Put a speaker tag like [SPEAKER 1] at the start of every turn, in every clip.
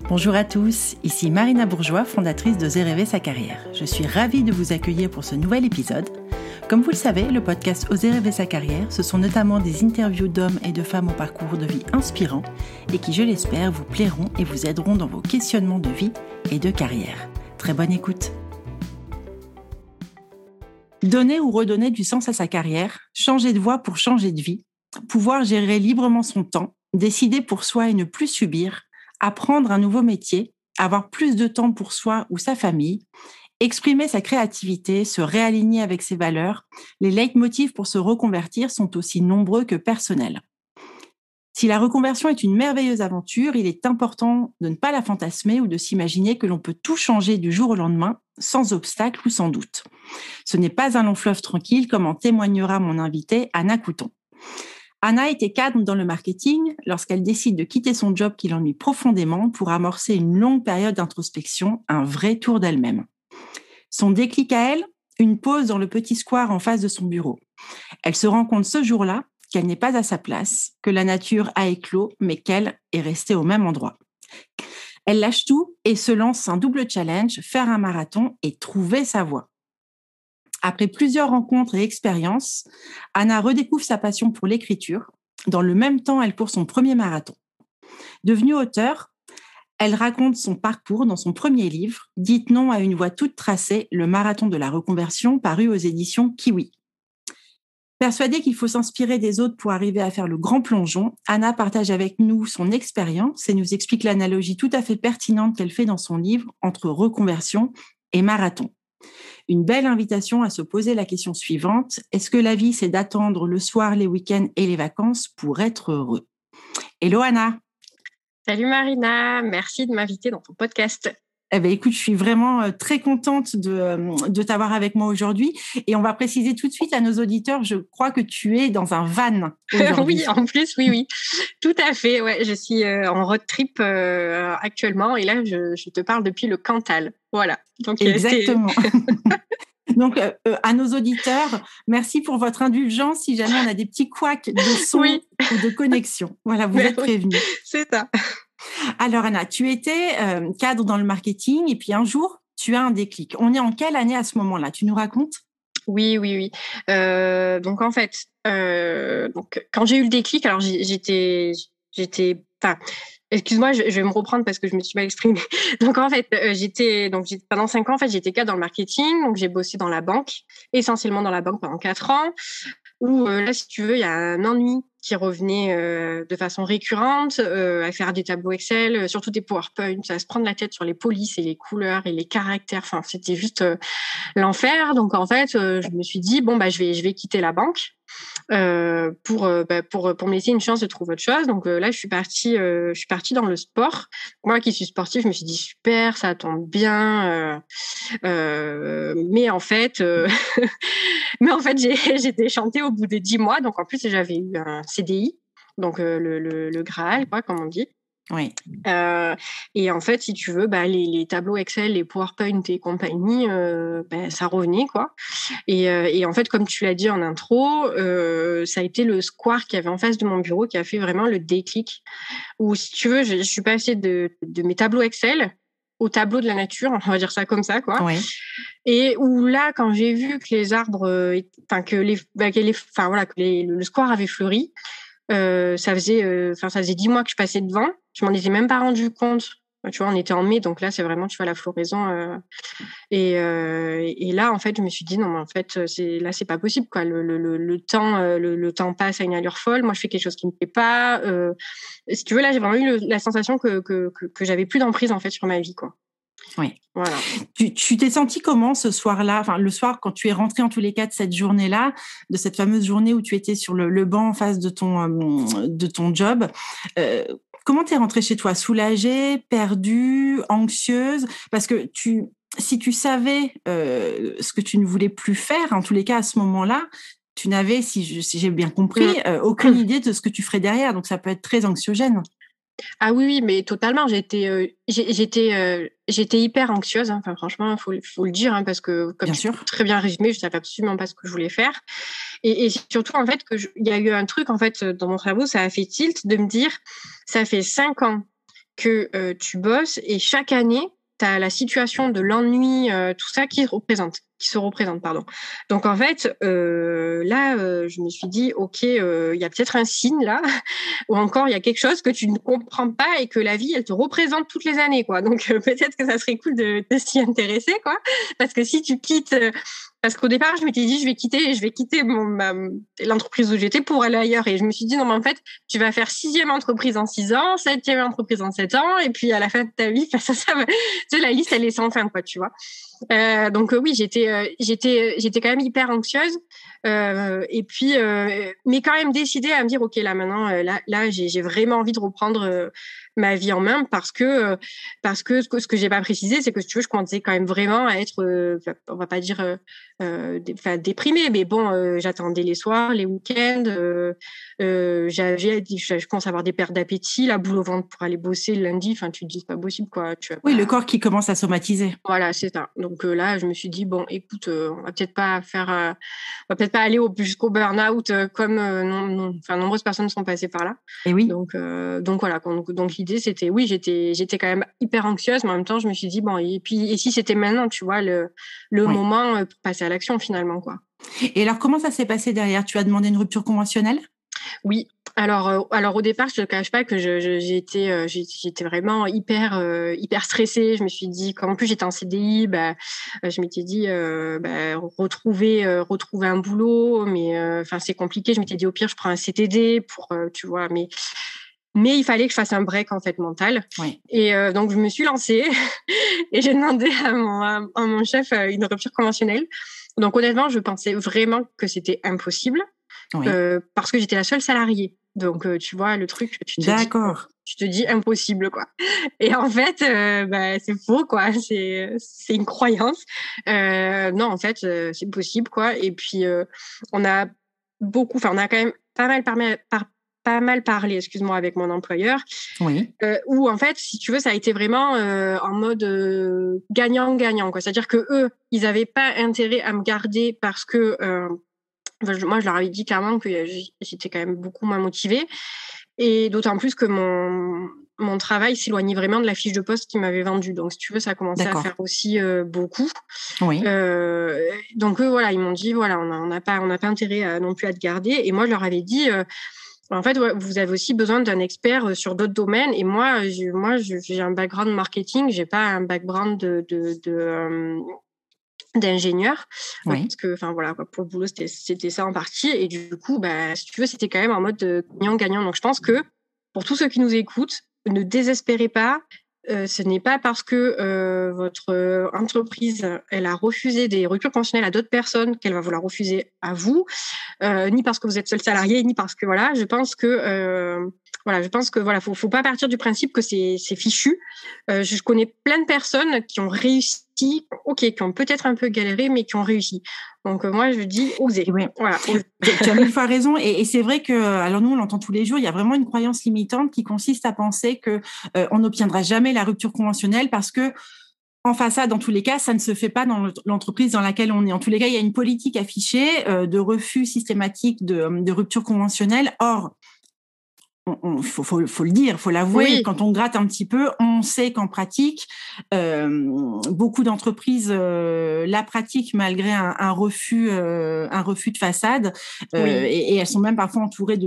[SPEAKER 1] Bonjour à tous, ici Marina Bourgeois, fondatrice d'Oser rêver sa carrière. Je suis ravie de vous accueillir pour ce nouvel épisode. Comme vous le savez, le podcast Oser rêver sa carrière, ce sont notamment des interviews d'hommes et de femmes au parcours de vie inspirant et qui, je l'espère, vous plairont et vous aideront dans vos questionnements de vie et de carrière. Très bonne écoute. Donner ou redonner du sens à sa carrière, changer de voie pour changer de vie, pouvoir gérer librement son temps, décider pour soi et ne plus subir, apprendre un nouveau métier, avoir plus de temps pour soi ou sa famille, exprimer sa créativité, se réaligner avec ses valeurs, les leitmotifs pour se reconvertir sont aussi nombreux que personnels. Si la reconversion est une merveilleuse aventure, il est important de ne pas la fantasmer ou de s'imaginer que l'on peut tout changer du jour au lendemain, sans obstacle ou sans doute. Ce n'est pas un long fleuve tranquille, comme en témoignera mon invitée Anna Couton. Anna était cadre dans le marketing lorsqu'elle décide de quitter son job qui l'ennuie profondément pour amorcer une longue période d'introspection, un vrai tour d'elle-même. Son déclic à elle, une pause dans le petit square en face de son bureau. Elle se rend compte ce jour-là qu'elle n'est pas à sa place, que la nature a éclos, mais qu'elle est restée au même endroit. Elle lâche tout et se lance un double challenge, faire un marathon et trouver sa voie. Après plusieurs rencontres et expériences, Anna redécouvre sa passion pour l'écriture. Dans le même temps, elle court son premier marathon. Devenue auteure, elle raconte son parcours dans son premier livre, Dites non à une voie toute tracée, le marathon de la reconversion, paru aux éditions Kiwi. Persuadée qu'il faut s'inspirer des autres pour arriver à faire le grand plongeon, Anna partage avec nous son expérience et nous explique l'analogie tout à fait pertinente qu'elle fait dans son livre entre reconversion et marathon. Une belle invitation à se poser la question suivante. Est-ce que la vie, c'est d'attendre le soir, les week-ends et les vacances pour être heureux? Hello Anna.
[SPEAKER 2] Salut Marina, merci de m'inviter dans ton podcast.
[SPEAKER 1] Eh bien, écoute, je suis vraiment très contente de t'avoir avec moi aujourd'hui. Et on va préciser tout de suite à nos auditeurs, je crois que tu es dans un van aujourd'hui.
[SPEAKER 2] Oui, en plus, oui. Tout à fait, ouais. Je suis en road trip actuellement et là, je te parle depuis le Cantal. Voilà.
[SPEAKER 1] Donc, exactement. Donc, à nos auditeurs, merci pour votre indulgence si jamais on a des petits couacs de son ou de connexion. Voilà, vous êtes prévenus.
[SPEAKER 2] C'est ça.
[SPEAKER 1] Alors Anna, tu étais cadre dans le marketing et puis un jour, tu as un déclic. On est en quelle année à ce moment-là? Tu nous racontes?
[SPEAKER 2] Oui. Donc en fait, quand j'ai eu le déclic, alors j'étais, excuse-moi, je vais me reprendre parce que je me suis mal exprimée. Donc en fait, pendant 5 ans, en fait, j'étais cadre dans le marketing, donc j'ai bossé dans la banque, essentiellement dans la banque pendant 4 ans. Où là, si tu veux, il y a un ennui qui revenait de façon récurrente, à faire des tableaux Excel, surtout des PowerPoint, à se prendre la tête sur les polices et les couleurs et les caractères. Enfin, c'était juste l'enfer. Donc en fait, je me suis dit bon je vais quitter la banque pour me laisser une chance de trouver autre chose. Donc là, je suis partie dans le sport. Moi qui suis sportive, je me suis dit super, ça tombe bien. Mais en fait, j'ai déchanté au bout de 10 mois. Donc en plus, j'avais eu un CDI, donc le Graal, quoi, comme on dit.
[SPEAKER 1] Oui.
[SPEAKER 2] Et en fait, si tu veux, les tableaux Excel, les PowerPoint et compagnie, ça revenait, quoi. Et en fait, comme tu l'as dit en intro, ça a été le square qui avait en face de mon bureau qui a fait vraiment le déclic. Où, si tu veux, je suis passée de mes tableaux Excel au tableau de la nature, on va dire ça comme ça, quoi.
[SPEAKER 1] Oui.
[SPEAKER 2] Et où là, quand j'ai vu que les arbres, que le square avait fleuri, ça faisait 10 mois que je passais devant. Je m'en étais même pas rendu compte. Tu vois, on était en mai, donc là, c'est vraiment, tu vois, la floraison. Et là, en fait, je me suis dit non, mais en fait, c'est pas possible, quoi. Le temps passe à une allure folle. Moi, je fais quelque chose qui me plaît pas. Si tu veux, là, j'ai vraiment eu la sensation que j'avais plus d'emprise, en fait, sur ma vie, quoi.
[SPEAKER 1] Oui.
[SPEAKER 2] Voilà.
[SPEAKER 1] Tu t'es sentie comment ce soir-là, enfin le soir quand tu es rentrée en tous les cas de cette journée-là, de cette fameuse journée où tu étais sur le banc en face de ton job, comment t'es rentrée chez toi? Soulagée, perdue, anxieuse? Parce que si tu savais ce que tu ne voulais plus faire, en tous les cas à ce moment-là, tu n'avais, si j'ai bien compris, aucune idée de ce que tu ferais derrière. Donc ça peut être très anxiogène.
[SPEAKER 2] Ah oui, mais totalement. J'étais hyper anxieuse. Enfin, franchement, faut le dire, hein, parce que comme tu l'as très bien résumé, je savais absolument pas ce que je voulais faire. Et surtout, en fait, il y a eu un truc, en fait, dans mon cerveau, ça a fait tilt de me dire, ça fait 5 ans que tu bosses et chaque année, tu as la situation de l'ennui, tout ça qui se représente, pardon. Donc en fait, là, je me suis dit, ok, il y a peut-être un signe là, ou encore il y a quelque chose que tu ne comprends pas et que la vie, elle te représente toutes les années, quoi. Donc peut-être que ça serait cool de s'y intéresser, quoi. Parce que si tu quittes, parce qu'au départ, je m'étais dit, je vais quitter l'entreprise où j'étais pour aller ailleurs. Et je me suis dit, non, mais en fait, tu vas faire 6e entreprise en 6 ans, 7e entreprise en 7 ans, et puis à la fin de ta vie, ça va, tu sais, la liste, elle est sans fin, quoi, tu vois. Donc oui, j'étais quand même hyper anxieuse, et puis mais quand même décidée à me dire ok, là maintenant, là j'ai vraiment envie de reprendre ma vie en main, parce que ce que j'ai pas précisé, c'est que si tu veux, je commençais quand même vraiment à être, on va pas dire déprimée, mais bon, j'attendais les soirs, les week-ends, je commence à avoir des pertes d'appétit, la boule au ventre pour aller bosser le lundi. Enfin, tu te dis c'est pas possible, quoi.
[SPEAKER 1] Oui, le corps qui commence à somatiser.
[SPEAKER 2] Voilà, c'est ça. Donc là, je me suis dit bon, écoute, on va peut-être pas aller jusqu'au burn-out, comme nombreuses personnes sont passées par là.
[SPEAKER 1] Et oui.
[SPEAKER 2] Donc voilà. Donc l'idée, c'était, oui, j'étais quand même hyper anxieuse, mais en même temps, je me suis dit bon, et si c'était maintenant, tu vois, le moment pour passer à l'action finalement, quoi.
[SPEAKER 1] Et alors, comment ça s'est passé derrière? Tu as demandé une rupture conventionnelle?
[SPEAKER 2] Oui. Alors au départ, je te cache pas que j'étais vraiment hyper stressée. Je me suis dit, comme en plus j'étais en CDI, je m'étais dit retrouver un boulot, mais c'est compliqué. Je m'étais dit au pire, je prends un CDD pour tu vois, mais il fallait que je fasse un break en fait mental.
[SPEAKER 1] Oui.
[SPEAKER 2] Et donc je me suis lancée et j'ai demandé à mon chef une rupture conventionnelle. Donc honnêtement, je pensais vraiment que c'était impossible.
[SPEAKER 1] Oui.
[SPEAKER 2] Parce que j'étais la seule salariée. Donc, tu vois, le truc, tu te dis impossible, quoi. Et en fait, c'est faux, quoi. C'est une croyance. Non, en fait, c'est possible, quoi. Et puis, on a quand même pas mal parlé, excuse-moi, avec mon employeur.
[SPEAKER 1] Oui.
[SPEAKER 2] Où, en fait, si tu veux, ça a été vraiment en mode gagnant-gagnant, quoi. C'est-à-dire que eux, ils n'avaient pas intérêt à me garder parce que moi, je leur avais dit clairement que j'étais quand même beaucoup moins motivée, et d'autant plus que mon travail s'éloignait vraiment de la fiche de poste qu'ils m'avaient vendue. Donc, si tu veux, ça a commencé à faire aussi beaucoup.
[SPEAKER 1] Oui.
[SPEAKER 2] Donc, eux, voilà, ils m'ont dit, voilà, on n'a pas intérêt non plus à te garder. Et moi, je leur avais dit, en fait, vous avez aussi besoin d'un expert sur d'autres domaines. Et moi, j'ai un background marketing, j'ai pas un background d'ingénieur, parce que voilà, pour le boulot c'était ça en partie, et du coup si tu veux, c'était quand même en mode gagnant-gagnant. Donc je pense que pour tous ceux qui nous écoutent, ne désespérez pas. Ce n'est pas parce que votre entreprise elle a refusé des ruptures conventionnelles à d'autres personnes qu'elle va vous la refuser à vous, ni parce que vous êtes seul salarié, ni parce que voilà. Je pense que faut pas partir du principe que c'est fichu. Je connais plein de personnes qui ont réussi, qui ont peut-être un peu galéré, mais qui ont réussi. Donc moi je dis osez.
[SPEAKER 1] Oui.
[SPEAKER 2] Voilà.
[SPEAKER 1] Tu as 1000 fois raison, et c'est vrai que, alors nous on l'entend tous les jours, il y a vraiment une croyance limitante qui consiste à penser que on n'obtiendra jamais la rupture conventionnelle parce que en façade, dans tous les cas, ça ne se fait pas dans l'entreprise dans laquelle on est. En tous les cas, il y a une politique affichée de refus systématique de rupture conventionnelle. Or, faut le dire, faut l'avouer. Oui. Quand on gratte un petit peu, on sait qu'en pratique, beaucoup d'entreprises la pratiquent malgré un refus de façade, et elles sont même parfois entourées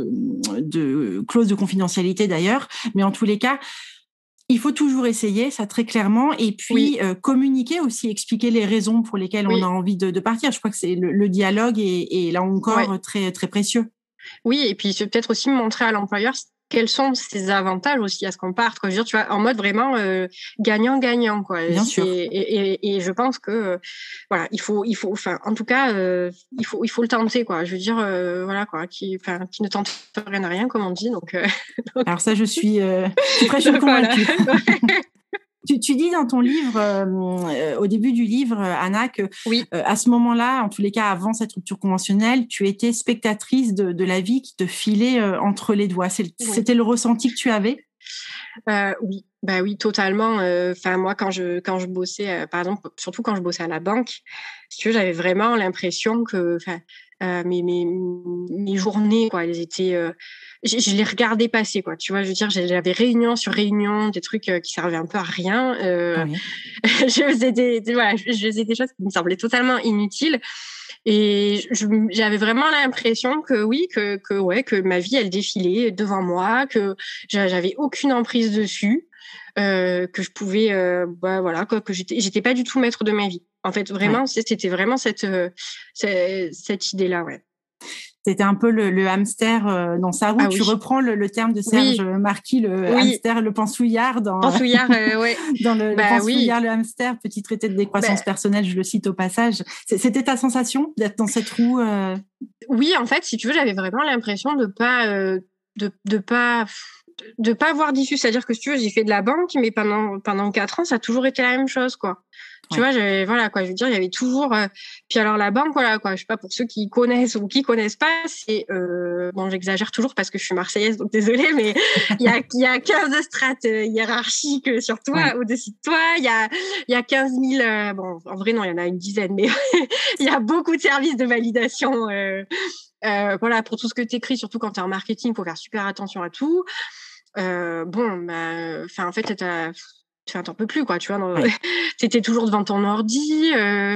[SPEAKER 1] de clauses de confidentialité d'ailleurs. Mais en tous les cas, il faut toujours essayer, ça très clairement, et puis communiquer aussi, expliquer les raisons pour lesquelles on a envie de partir. Je crois que c'est le dialogue est là encore très très précieux. Oui,
[SPEAKER 2] et puis c'est peut-être aussi montrer à l'employeur quels sont ses avantages aussi à ce qu'on parte, quoi. Je veux dire, tu vois, en mode vraiment gagnant-gagnant, quoi.
[SPEAKER 1] Bien sûr.
[SPEAKER 2] Et je pense que voilà, il faut, enfin, en tout cas, il faut le tenter, quoi. Je veux dire, voilà, quoi, qui ne tente rien à rien, comme on dit. Donc.
[SPEAKER 1] Alors ça, je suis très convaincue. Voilà. Tu dis dans ton livre, au début du livre, Anna, que à ce moment-là, en tous les cas avant cette rupture conventionnelle, tu étais spectatrice de la vie qui te filait entre les doigts. C'était le ressenti que tu avais?
[SPEAKER 2] Oui, oui, totalement. Moi, quand je bossais, par exemple, surtout quand je bossais à la banque, si tu veux, j'avais vraiment l'impression que mes journées, quoi, elles étaient je les regardais passer, quoi. Tu vois, je veux dire, j'avais réunion sur réunion, des trucs qui servaient un peu à rien.
[SPEAKER 1] Oui.
[SPEAKER 2] Je faisais je faisais des choses qui me semblaient totalement inutiles. Et j'avais vraiment l'impression que oui, que ma vie, elle défilait devant moi, que j'avais aucune emprise dessus, que je pouvais, voilà, quoi, que j'étais pas du tout maître de ma vie. En fait, vraiment, c'était vraiment cette idée-là, ouais.
[SPEAKER 1] C'était un peu le hamster dans sa roue.
[SPEAKER 2] Ah
[SPEAKER 1] Tu
[SPEAKER 2] oui.
[SPEAKER 1] reprends le terme de Serge Marquis, le hamster, le pansouillard
[SPEAKER 2] Pansouillard, ouais.
[SPEAKER 1] dans le pansouillard,
[SPEAKER 2] oui.
[SPEAKER 1] le hamster, petit traité de décroissance personnelle, je le cite au passage. C'était ta sensation d'être dans cette roue
[SPEAKER 2] Oui, en fait, si tu veux, j'avais vraiment l'impression de pas voir d'issue. C'est-à-dire que si tu veux, j'ai fait de la banque, mais pendant 4 ans, ça a toujours été la même chose, quoi. Tu vois, voilà, quoi. Je veux dire, il y avait toujours. Puis alors la banque, voilà, quoi. Je sais pas, pour ceux qui connaissent ou qui connaissent pas, c'est bon, j'exagère toujours parce que je suis marseillaise, donc désolée, mais il y a 15 strates hiérarchiques sur toi, au-dessus de toi. Il y a 15 000. Bon, en vrai, non, il y en a une dizaine, mais il y a beaucoup de services de validation. Voilà, pour tout ce que tu écris, surtout quand tu es en marketing, il faut faire super attention à tout. En fait, t'en peux plus, quoi, tu vois. T'étais toujours devant ton ordi.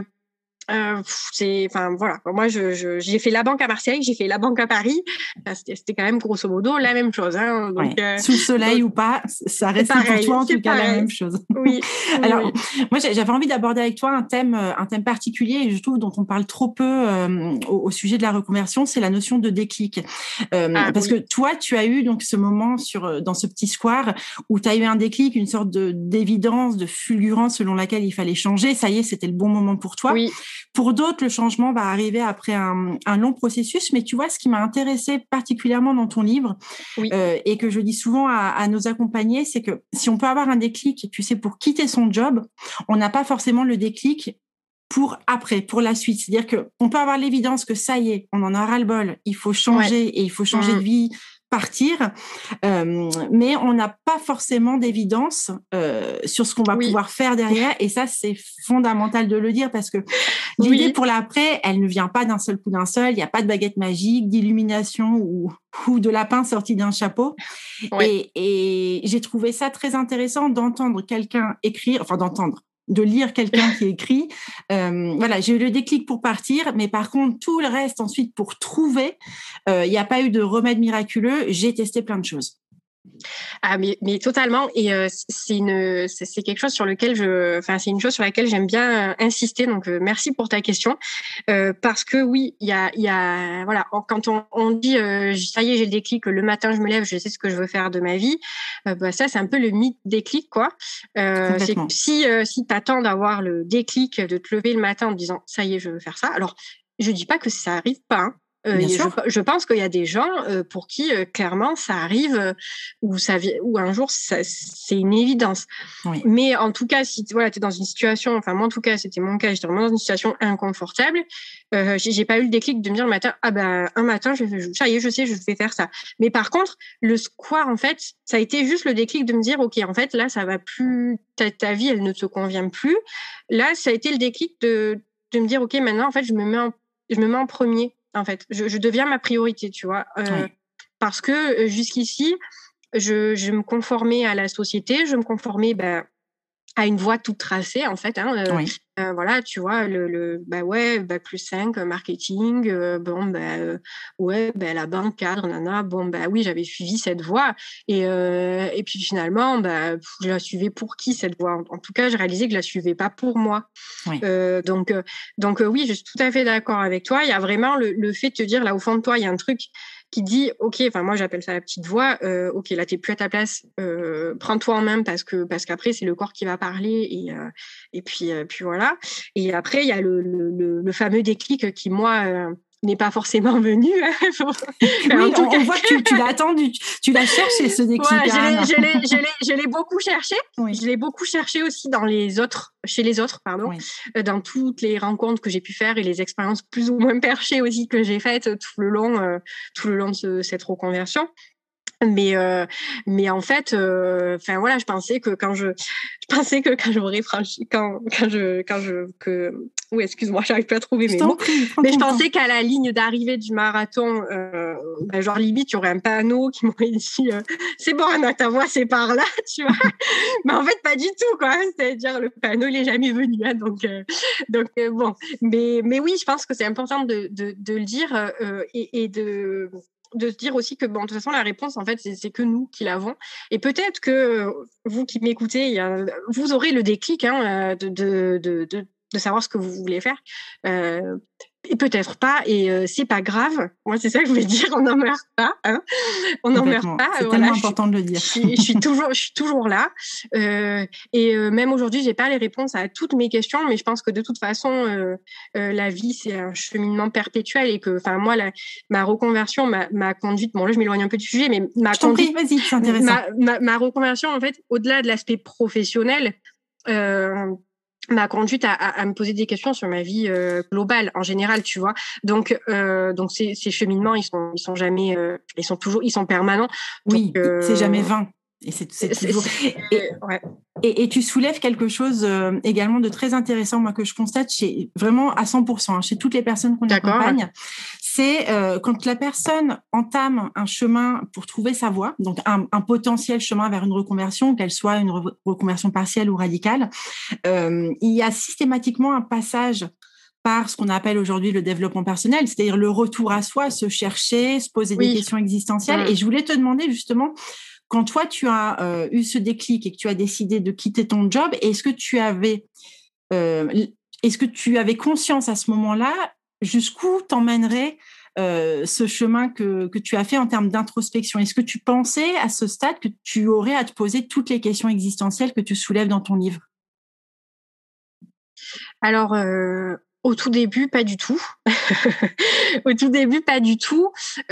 [SPEAKER 2] Voilà. Moi, j'ai fait la banque à Marseille, j'ai fait la banque à Paris. C'était quand même grosso modo la même chose. Hein. Donc,
[SPEAKER 1] sous le soleil ou pas, ça restait pour toi en tout cas la même chose.
[SPEAKER 2] Oui.
[SPEAKER 1] Alors, moi, j'avais envie d'aborder avec toi un thème particulier, et je trouve dont on parle trop peu au sujet de la reconversion, c'est la notion de déclic. Parce que toi, tu as eu donc ce moment dans ce petit square où tu as eu un déclic, une sorte d'évidence, de fulgurance selon laquelle il fallait changer. Ça y est, c'était le bon moment pour toi.
[SPEAKER 2] Oui.
[SPEAKER 1] Pour d'autres, le changement va arriver après un long processus. Mais tu vois, ce qui m'a intéressée particulièrement dans ton livre, et que je dis souvent à nos accompagnés, c'est que si on peut avoir un déclic, tu sais, pour quitter son job, on n'a pas forcément le déclic pour après, pour la suite. C'est-à-dire qu'on peut avoir l'évidence que ça y est, on en a ras-le-bol, il faut changer et il faut changer de vie, partir, mais on n'a pas forcément d'évidence sur ce qu'on va pouvoir faire derrière, et ça, c'est fondamental de le dire, parce que l'idée pour l'après, elle ne vient pas d'un seul coup, il n'y a pas de baguette magique, d'illumination ou de lapin sorti d'un chapeau. Et j'ai trouvé ça très intéressant d'entendre quelqu'un écrire, de lire quelqu'un qui écrit. Voilà, j'ai eu le déclic pour partir, mais par contre, tout le reste ensuite pour trouver, il n'y a pas eu de remède miraculeux. J'ai testé plein de choses.
[SPEAKER 2] Ah mais totalement, et c'est quelque chose sur lequel c'est une chose sur laquelle j'aime bien insister, donc merci pour ta question, parce que oui, il y a voilà, quand on dit ça y est, j'ai le déclic, le matin je me lève, je sais ce que je veux faire de ma vie, ça c'est un peu le mythe déclic, quoi. C'est que si t'attends d'avoir le déclic, de te lever le matin en te disant ça y est, je veux faire ça, alors je dis pas que ça arrive pas, hein. Je pense qu'il y a des gens pour qui clairement ça arrive, ou un jour c'est une évidence. Mais en tout cas, si voilà, tu es dans une situation, enfin moi en tout cas c'était mon cas, j'étais vraiment dans une situation inconfortable, j'ai pas eu le déclic de me dire le matin, un matin ça y est, je sais, je vais faire ça. Mais par contre, le square, en fait, ça a été juste le déclic de me dire ok, en fait là ça va plus, ta vie elle ne te convient plus. Là ça a été le déclic de me dire ok, maintenant en fait je me mets en premier. En fait, je deviens ma priorité, tu vois, parce que jusqu'ici, je me conformais à la société, je me conformais à une voie toute tracée, en fait. Hein, voilà, tu vois, bac+5, marketing, la banque, cadre, nana, oui, j'avais suivi cette voie, et puis finalement, je la suivais pour qui, cette voie? En tout cas, j'ai réalisé que je la suivais pas pour moi. Donc oui, je suis tout à fait d'accord avec toi. Il y a vraiment le fait de te dire, là, au fond de toi, il y a un truc qui dit, ok, enfin moi j'appelle ça la petite voix, ok, là t'es plus à ta place, prends-toi en main parce qu'après c'est le corps qui va parler, et puis voilà. Et après il y a le fameux déclic qui, moi, n'est pas forcément venu.
[SPEAKER 1] Oui, on voit que tu l'as attendu, tu l'as cherché, ce déclic.
[SPEAKER 2] Voilà, je l'ai beaucoup cherché. Je l'ai beaucoup cherché aussi chez les autres, dans toutes les rencontres que j'ai pu faire et les expériences plus ou moins perchées aussi que j'ai faites tout le long de cette reconversion. Mais en fait, enfin voilà, je pensais que quand j'aurais franchi, oui, excuse-moi, j'arrive pas à trouver
[SPEAKER 1] Je
[SPEAKER 2] mes
[SPEAKER 1] t'en
[SPEAKER 2] mots.
[SPEAKER 1] prie, prends
[SPEAKER 2] Mais
[SPEAKER 1] ton
[SPEAKER 2] je
[SPEAKER 1] temps.
[SPEAKER 2] pensais qu'à la ligne d'arrivée du marathon, ben genre limite, il y aurait un panneau qui m'aurait dit c'est bon, Anna, ta voix c'est par là, tu vois. Mais en fait, pas du tout, quoi. C'est-à-dire le panneau il est jamais venu, hein, donc bon. Mais oui, je pense que c'est important de le dire et de se dire aussi que bon, de toute façon la réponse en fait c'est que nous qui l'avons et peut-être que vous qui m'écoutez vous aurez le déclic de savoir ce que vous voulez faire et peut-être pas et c'est pas grave, moi c'est ça que je voulais dire, on n'en meurt pas, hein, on n'en meurt
[SPEAKER 1] Complètement.
[SPEAKER 2] pas,
[SPEAKER 1] C'est
[SPEAKER 2] voilà,
[SPEAKER 1] tellement important de le dire.
[SPEAKER 2] je suis toujours là et même aujourd'hui j'ai pas les réponses à toutes mes questions, mais je pense que de toute façon la vie c'est un cheminement perpétuel et que enfin moi ma reconversion m'a conduite, bon là je m'éloigne un peu du sujet, mais
[SPEAKER 1] Je t'en prie, vas-y, c'est intéressant.
[SPEAKER 2] ma reconversion en fait au-delà de l'aspect professionnel m'a conduite à me poser des questions sur ma vie globale en général, tu vois. Donc ces cheminements ils sont jamais ils sont permanents.
[SPEAKER 1] Oui,
[SPEAKER 2] Donc,
[SPEAKER 1] c'est jamais vain. Et c'est toujours.
[SPEAKER 2] Ouais.
[SPEAKER 1] Et tu soulèves quelque chose également de très intéressant, moi, que je constate chez vraiment à 100%, hein, chez toutes les personnes qu'on accompagne. C'est quand la personne entame un chemin pour trouver sa voie, donc un potentiel chemin vers une reconversion, qu'elle soit une reconversion partielle ou radicale, il y a systématiquement un passage par ce qu'on appelle aujourd'hui le développement personnel, c'est-à-dire le retour à soi, se chercher, se poser des questions existentielles. Et je voulais te demander justement, quand toi, tu as eu ce déclic et que tu as décidé de quitter ton job, est-ce que tu avais conscience à ce moment-là jusqu'où t'emmènerait ce chemin que tu as fait en termes d'introspection? Est-ce que tu pensais à ce stade que tu aurais à te poser toutes les questions existentielles que tu soulèves dans ton livre?
[SPEAKER 2] Alors, au tout début, pas du tout. Au tout début, pas du tout.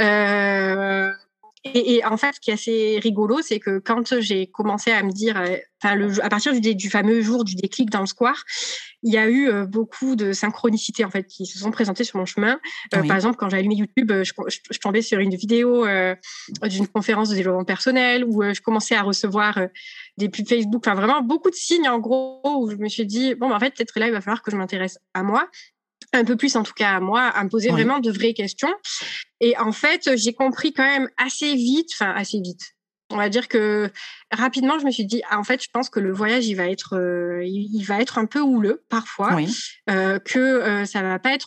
[SPEAKER 2] Et en fait, ce qui est assez rigolo, c'est que quand j'ai commencé à me dire, à partir du fameux jour du déclic dans le square, il y a eu beaucoup de synchronicités en fait qui se sont présentées sur mon chemin.
[SPEAKER 1] Oui.
[SPEAKER 2] Par exemple, quand j'ai allumé YouTube, je tombais sur une vidéo d'une conférence de développement personnel où je commençais à recevoir des pubs Facebook, enfin vraiment beaucoup de signes en gros où je me suis dit bon, en fait, peut-être là, il va falloir que je m'intéresse à moi. Un peu plus en tout cas à moi, à me poser vraiment de vraies questions. Et en fait, j'ai compris quand même assez vite. On va dire que rapidement, je me suis dit, en fait, je pense que le voyage, il va être un peu houleux parfois, que ça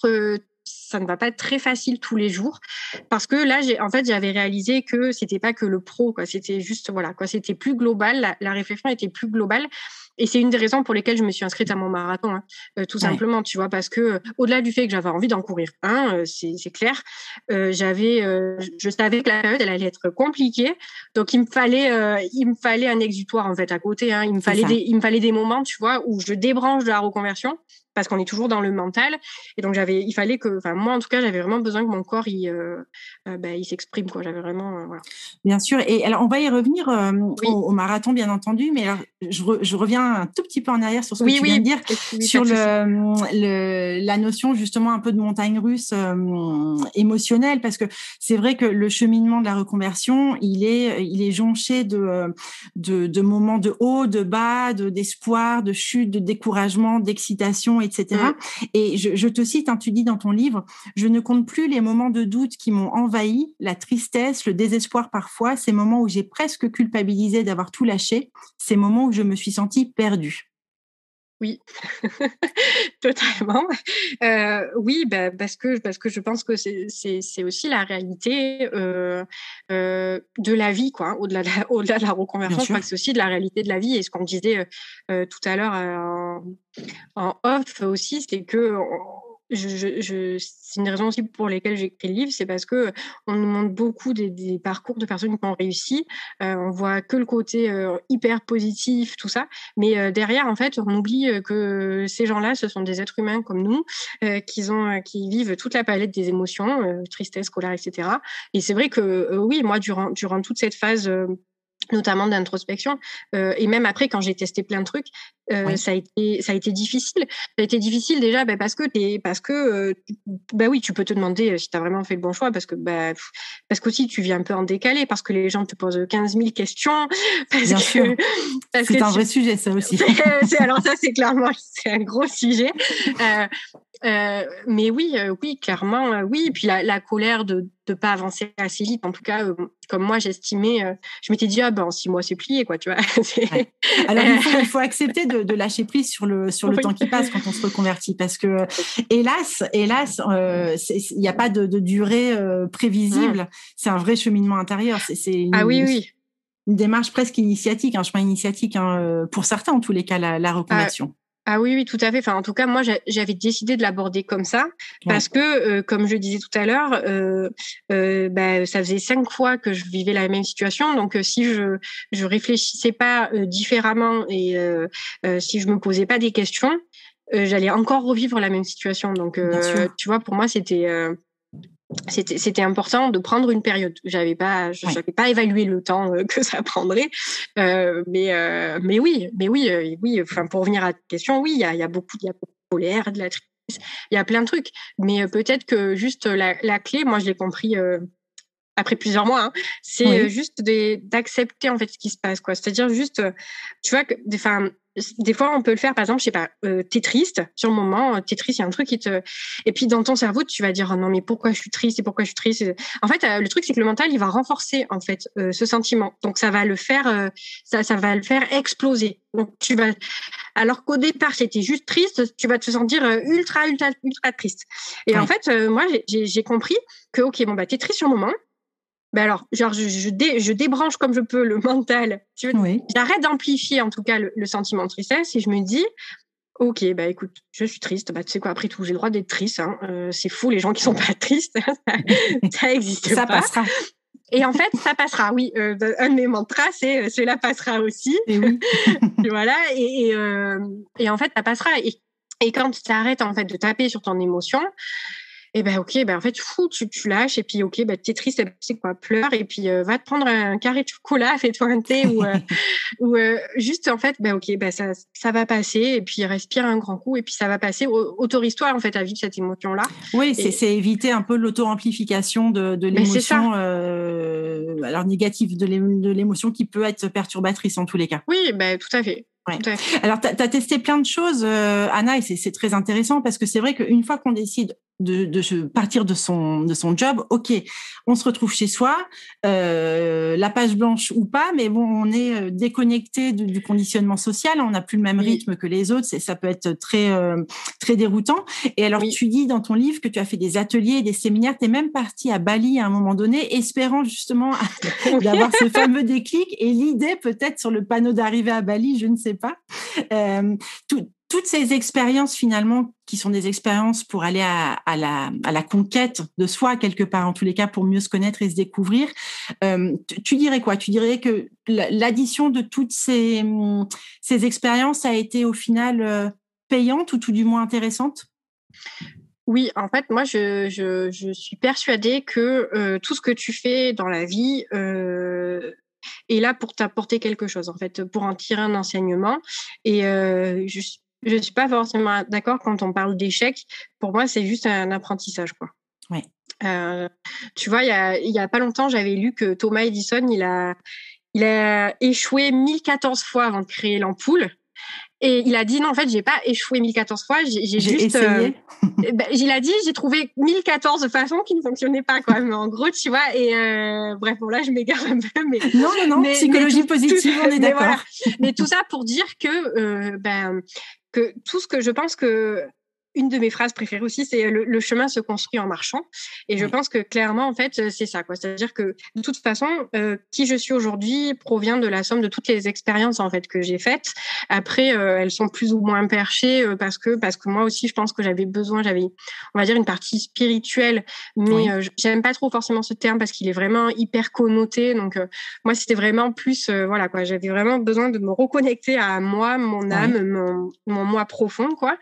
[SPEAKER 2] ne va pas être très facile tous les jours, parce que là, j'avais réalisé que c'était pas que le pro, quoi. C'était juste, voilà, quoi. C'était plus global. La réflexion était plus globale. Et c'est une des raisons pour lesquelles je me suis inscrite à mon marathon, tout simplement, tu vois, parce que au-delà du fait que j'avais envie d'en courir c'est clair, je savais que la période elle allait être compliquée, donc il me fallait un exutoire en fait à côté, hein. Il me fallait des moments, tu vois, où je débranche de la reconversion parce qu'on est toujours dans le mental, et donc il fallait que, enfin moi en tout cas, j'avais vraiment besoin que mon corps il s'exprime, quoi. J'avais vraiment voilà.
[SPEAKER 1] Bien sûr. Et alors on va y revenir au marathon, bien entendu, mais alors je reviens un tout petit peu en arrière sur ce que tu viens de dire, sur la notion justement un peu de montagne russe émotionnelle, parce que c'est vrai que le cheminement de la reconversion, il est jonché de moments de haut, de bas, d'espoir, de chute, de découragement, d'excitation, etc. Et je te cite, tu dis dans ton livre, je ne compte plus les moments de doute qui m'ont envahi, la tristesse, le désespoir parfois, ces moments où j'ai presque culpabilisé d'avoir tout lâché, ces moments où je me suis sentie perdue.
[SPEAKER 2] Oui, totalement. Oui, parce que je pense que c'est aussi la réalité de la vie, quoi. Au-delà de la reconversion, je crois que c'est aussi de la réalité de la vie. Et ce qu'on disait tout à l'heure en off aussi, c'est que c'est une des raisons aussi pour lesquelles j'ai écrit le livre, c'est parce que on nous montre beaucoup des parcours de personnes qui ont réussi. On voit que le côté hyper positif, tout ça, mais derrière, en fait, on oublie que ces gens-là, ce sont des êtres humains comme nous, qui vivent toute la palette des émotions, tristesse, colère, etc. Et c'est vrai que oui, moi, durant toute cette phase notamment d'introspection. Et même après, quand j'ai testé plein de trucs, ça a été difficile. Ça a été difficile déjà parce que oui, tu peux te demander si tu as vraiment fait le bon choix, parce qu'aussi tu vis un peu en décalé, parce que les gens te posent 15 000 questions.
[SPEAKER 1] Bien sûr. C'est un vrai sujet, ça aussi.
[SPEAKER 2] Alors ça, c'est un gros sujet. Mais oui, clairement, oui. Et puis la colère de pas avancer assez vite, en tout cas, comme moi j'estimais, je m'étais dit en 6 mois c'est plié, quoi, tu vois.
[SPEAKER 1] Ouais. Alors il faut accepter de lâcher prise sur le temps qui passe quand on se reconvertit, parce que hélas, il n'y a pas de durée prévisible. C'est un vrai cheminement intérieur. C'est une démarche presque initiatique, un chemin initiatique, pour certains en tous les cas, la reconversion.
[SPEAKER 2] Ah oui, tout à fait. Enfin, en tout cas, moi, j'avais décidé de l'aborder comme ça parce que, comme je disais tout à l'heure, ça faisait 5 fois que je vivais la même situation. Donc, si je réfléchissais pas différemment et si je me posais pas des questions, j'allais encore revivre la même situation. Donc, tu vois, pour moi, c'était important de prendre une période. J'avais pas évalué le temps que ça prendrait, mais oui. Enfin, pour revenir à ta question, oui, il y a beaucoup de colère, de la tristesse, il y a plein de trucs. Mais peut-être que juste la clé, moi je l'ai compris après plusieurs mois, c'est juste d'accepter en fait ce qui se passe, quoi. C'est-à-dire juste, tu vois, que des fois on peut le faire, par exemple, je sais pas, t'es triste sur le moment, t'es triste, il y a un truc et puis dans ton cerveau tu vas dire non mais pourquoi je suis triste et pourquoi je suis triste. En fait, le truc c'est que le mental il va renforcer en fait ce sentiment, donc ça va le faire, ça va le faire exploser. Donc alors qu'au départ c'était juste triste, tu vas te sentir ultra triste. Et en fait, moi j'ai compris que ok, bon t'es triste sur le moment. Alors, genre, je débranche comme je peux le mental. J'arrête d'amplifier, en tout cas, le sentiment de tristesse et je me dis, ok, écoute, je suis triste. Tu sais quoi, après tout, j'ai le droit d'être triste. C'est fou, les gens qui sont pas tristes. Ça existe pas.
[SPEAKER 1] Ça passera.
[SPEAKER 2] Et en fait, ça passera, oui. Un de mes mantras, c'est cela passera aussi.
[SPEAKER 1] Et oui.
[SPEAKER 2] Voilà. Et en fait, ça passera. Et quand tu arrêtes, en fait, de taper sur ton émotion, et en fait, tu lâches, et puis t'es triste, c'est quoi, pleure, et puis va te prendre un carré de chocolat, fais-toi un thé, ou juste en fait, ça va passer, et puis respire un grand coup, et puis ça va passer. Autorise-toi en fait à vivre cette émotion-là.
[SPEAKER 1] Oui, c'est éviter un peu l'auto-amplification de l'émotion, alors négative, de l'émotion qui peut être perturbatrice en tous les cas.
[SPEAKER 2] Oui, tout à fait.
[SPEAKER 1] Ouais. Alors, tu as testé plein de choses, Anna, et c'est très intéressant parce que c'est vrai qu'une fois qu'on décide de partir de son job, ok, on se retrouve chez soi, la page blanche ou pas, mais bon, on est déconnecté du conditionnement social, on n'a plus le même rythme que les autres, ça peut être très très déroutant. Et alors, tu dis dans ton livre que tu as fait des ateliers, des séminaires, tu es même partie à Bali à un moment donné, espérant justement d'avoir ce fameux déclic et l'idée peut-être sur le panneau d'arrivée à Bali, je ne sais pas. Toutes ces expériences finalement qui sont des expériences pour aller à la conquête de soi quelque part, en tous les cas pour mieux se connaître et se découvrir, tu dirais quoi? Tu dirais que l'addition de toutes ces expériences a été au final payante ou tout du moins intéressante?
[SPEAKER 2] Oui, en fait, moi, je suis persuadée que tout ce que tu fais dans la vie est là pour t'apporter quelque chose, en fait, pour en tirer un enseignement. Et je suis pas forcément d'accord quand on parle d'échec. Pour moi, c'est juste un apprentissage, quoi.
[SPEAKER 1] Ouais.
[SPEAKER 2] Tu vois, il y a pas longtemps, j'avais lu que Thomas Edison, il a échoué 1014 fois avant de créer l'ampoule. Et il a dit non, en fait, j'ai pas échoué 1014 fois, j'ai juste
[SPEAKER 1] essayé.
[SPEAKER 2] Il a dit j'ai trouvé 1014 façons qui ne fonctionnaient pas, quoi. Mais en gros, tu vois, et bref, bon là je m'égare un peu, mais
[SPEAKER 1] non, psychologie positive, on est d'accord.
[SPEAKER 2] Voilà. Mais tout ça pour dire que que tout ce que je pense que une de mes phrases préférées aussi, c'est le chemin se construit en marchant. Et je pense que clairement, en fait, c'est ça, quoi. C'est-à-dire que de toute façon, qui je suis aujourd'hui provient de la somme de toutes les expériences en fait que j'ai faites. Après, elles sont plus ou moins perchées parce que moi aussi, je pense que j'avais, on va dire, une partie spirituelle, mais j'aime pas trop forcément ce terme parce qu'il est vraiment hyper connoté. Donc moi, c'était vraiment plus, voilà, quoi. J'avais vraiment besoin de me reconnecter à moi, mon âme, mon moi profond, quoi.